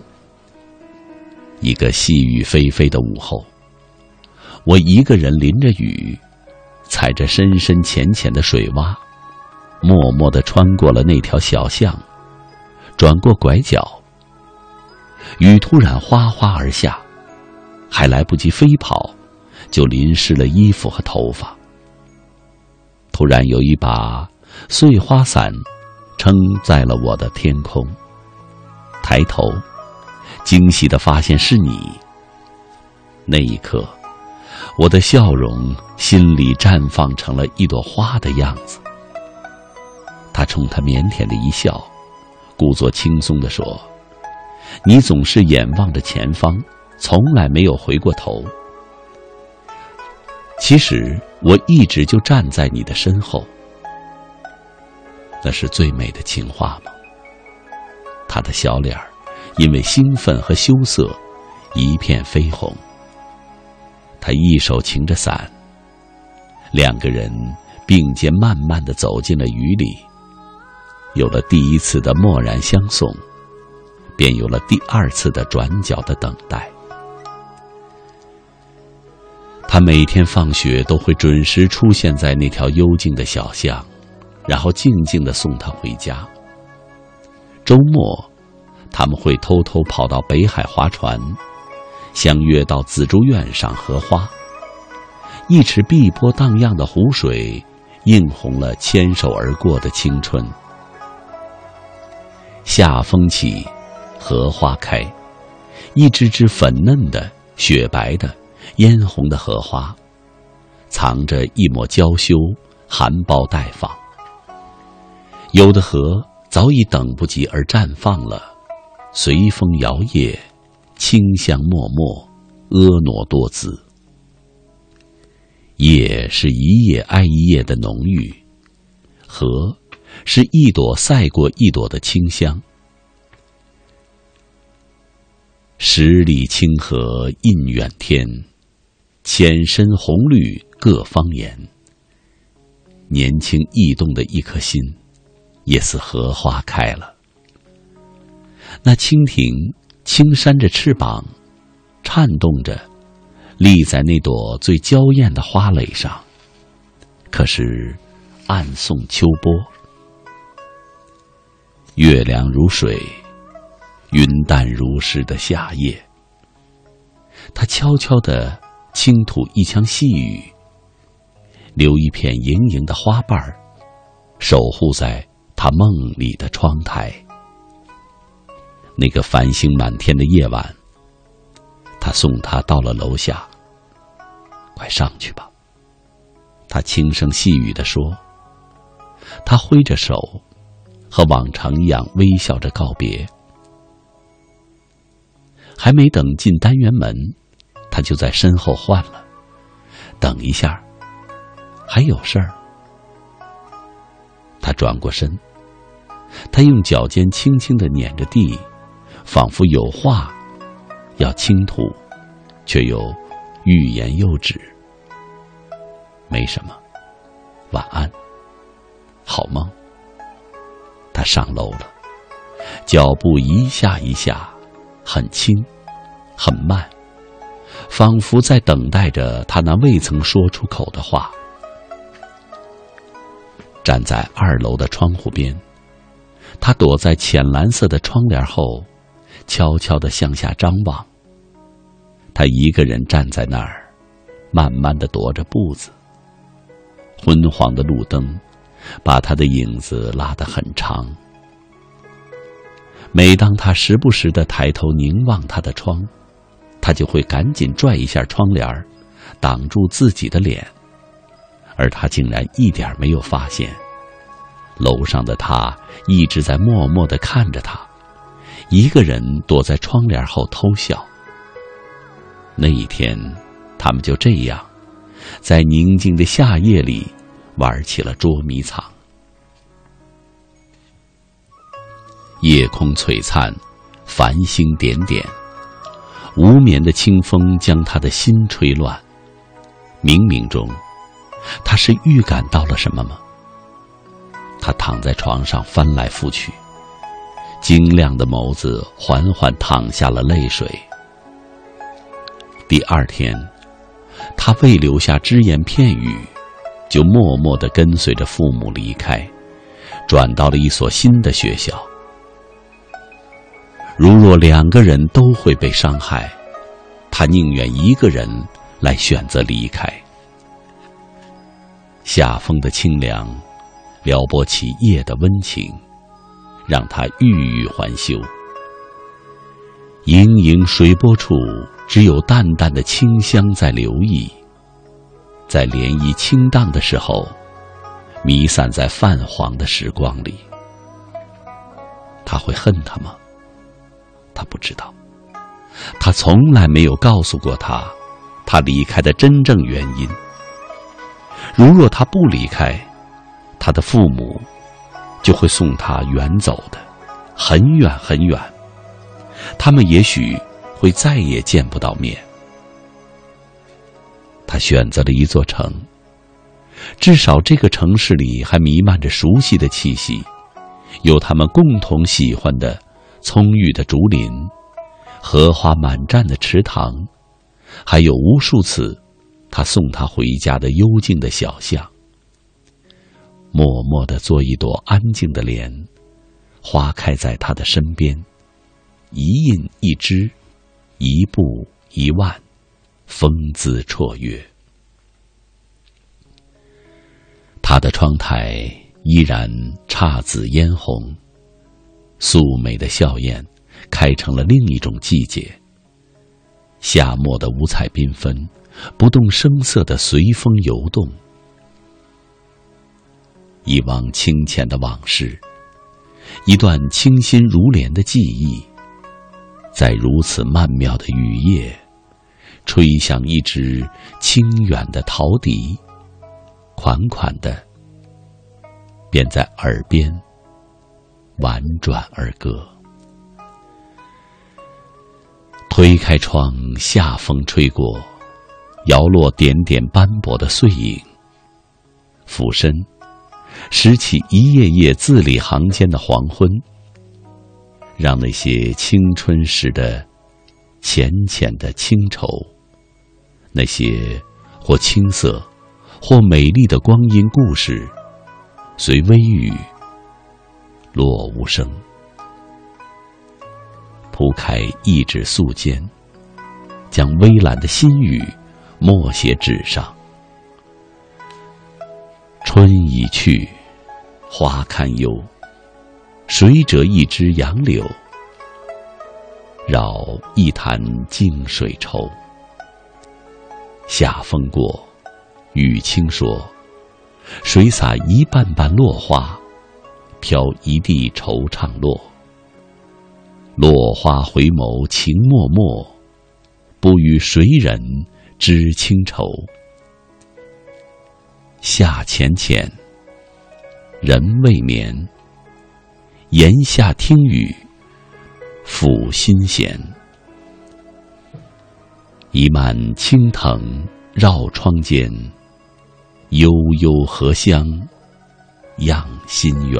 Speaker 1: 一个细雨霏霏的午后，我一个人淋着雨，踩着深深浅浅的水洼，默默地穿过了那条小巷，转过拐角。雨突然哗哗而下，还来不及飞跑，就淋湿了衣服和头发。突然有一把碎花伞撑在了我的天空，抬头，惊喜地发现是你。那一刻，我的笑容心里绽放成了一朵花的样子。他冲他腼腆的一笑，故作轻松地说：“你总是眼望着前方，从来没有回过头。其实我一直就站在你的身后。”那是最美的情话吗？他的小脸儿因为兴奋和羞涩一片绯红。他一手擎着伞，两个人并肩慢慢地走进了雨里。有了第一次的默然相送，便有了第二次的转角的等待。他每天放学都会准时出现在那条幽静的小巷，然后静静地送他回家。周末，他们会偷偷跑到北海划船，相约到紫竹院赏荷花。一池碧波荡漾的湖水，映红了牵手而过的青春。夏风起，荷花开，一只只粉嫩的、雪白的、嫣红的荷花，藏着一抹娇羞，含苞待放。有的荷早已等不及而绽放了，随风摇曳，清香脉脉，婀娜多姿。叶是一叶挨一叶的浓郁，荷是一朵赛过一朵的清香。十里清河印远天，浅深红绿各方言。年轻易动的一颗心，也似荷花开了。那蜻蜓轻扇着翅膀，颤动着，立在那朵最娇艳的花蕾上，可是暗送秋波。月亮如水，云淡如湿的夏夜，他悄悄地轻吐一腔细雨，留一片盈盈的花瓣儿，守护在他梦里的窗台。那个繁星满天的夜晚，他送他到了楼下。快上去吧，他轻声细语地说。他挥着手，和往常一样微笑着告别。还没等进单元门，他就在身后唤了：“等一下，还有事儿。”他转过身，他用脚尖轻轻地碾着地，仿佛有话要倾吐。 却又欲言又止。没什么，晚安，好梦。他上楼了，脚步一下一下，很轻，很慢，仿佛在等待着他那未曾说出口的话。站在二楼的窗户边，他躲在浅蓝色的窗帘后，悄悄地向下张望。他一个人站在那儿，慢慢地踱着步子。昏黄的路灯把他的影子拉得很长。每当他时不时地抬头凝望他的窗，他就会赶紧拽一下窗帘，挡住自己的脸，而他竟然一点没有发现，楼上的他一直在默默地看着他，一个人躲在窗帘后偷笑。那一天，他们就这样在宁静的夏夜里玩起了捉迷藏。夜空璀璨，繁星点点，无眠的清风将他的心吹乱。冥冥中，他是预感到了什么吗？他躺在床上翻来覆去，晶亮的眸子缓缓淌下了泪水。第二天，他未留下只言片语，就默默地跟随着父母离开，转到了一所新的学校。如若两个人都会被伤害，他宁愿一个人来选择离开。夏风的清凉撩拨起夜的温情，让他郁郁还休。盈盈水波处，只有淡淡的清香在流溢，在涟漪轻荡的时候，弥散在泛黄的时光里。他会恨他吗？他不知道，他从来没有告诉过他，他离开的真正原因。如若他不离开，他的父母就会送他远走的，很远很远，他们也许会再也见不到面。他选择了一座城，至少这个城市里还弥漫着熟悉的气息，有他们共同喜欢的葱郁的竹林，荷花满占的池塘，还有无数次他送他回家的幽静的小巷。默默地做一朵安静的莲，花开在他的身边，一印一枝，一步一万，风姿绰约。他的窗台依然姹紫嫣红，素美的笑靥开成了另一种季节。夏末的五彩缤纷，不动声色地随风游动。一汪清浅的往事，一段清新如莲的记忆，在如此曼妙的雨夜，吹响一支清远的陶笛，款款的便在耳边婉转而歌。推开窗，夏风吹过，摇落点点斑驳的碎影，俯身拾起一页页字里行间的黄昏，让那些青春时的浅浅的清愁，那些或青涩或美丽的光阴故事，随微雨落无声，铺开一纸素笺，将微澜的心语默写纸上。春已去，花堪忧，谁折一枝杨柳，绕一潭静水愁。夏风过，雨轻说，谁洒一瓣瓣落花，飘一地惆怅落。落花回眸情脉脉，不与谁人知清愁。夏浅浅，人未眠，檐下听雨，抚心弦。 一漫青藤绕窗间，悠悠荷香漾心远。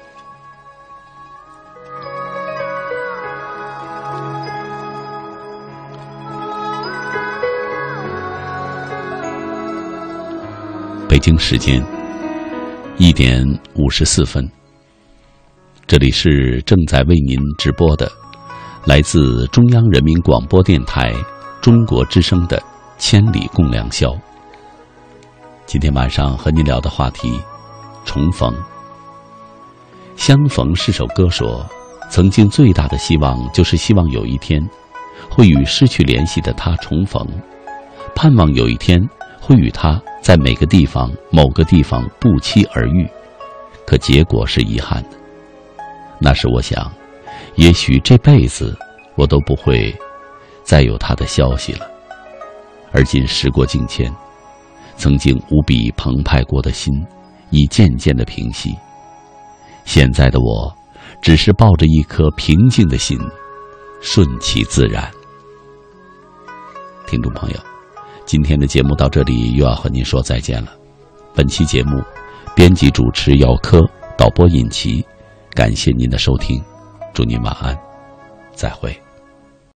Speaker 1: 北京时间一点五十四分，这里是正在为您直播的来自中央人民广播电台中国之声的《千里共良宵》。今天晚上和您聊的话题，重逢。相逢是首歌说，曾经最大的希望就是希望有一天会与失去联系的他重逢，盼望有一天会与他在每个地方某个地方不期而遇，可结果是遗憾的。那时我想，也许这辈子我都不会再有他的消息了。而今时过境迁，曾经无比澎湃过的心已渐渐的平息。现在的我只是抱着一颗平静的心，顺其自然。听众朋友，今天的节目到这里又要和您说再见了。本期节目编辑主持姚科，导播尹奇，感谢您的收听，祝您晚安，再会。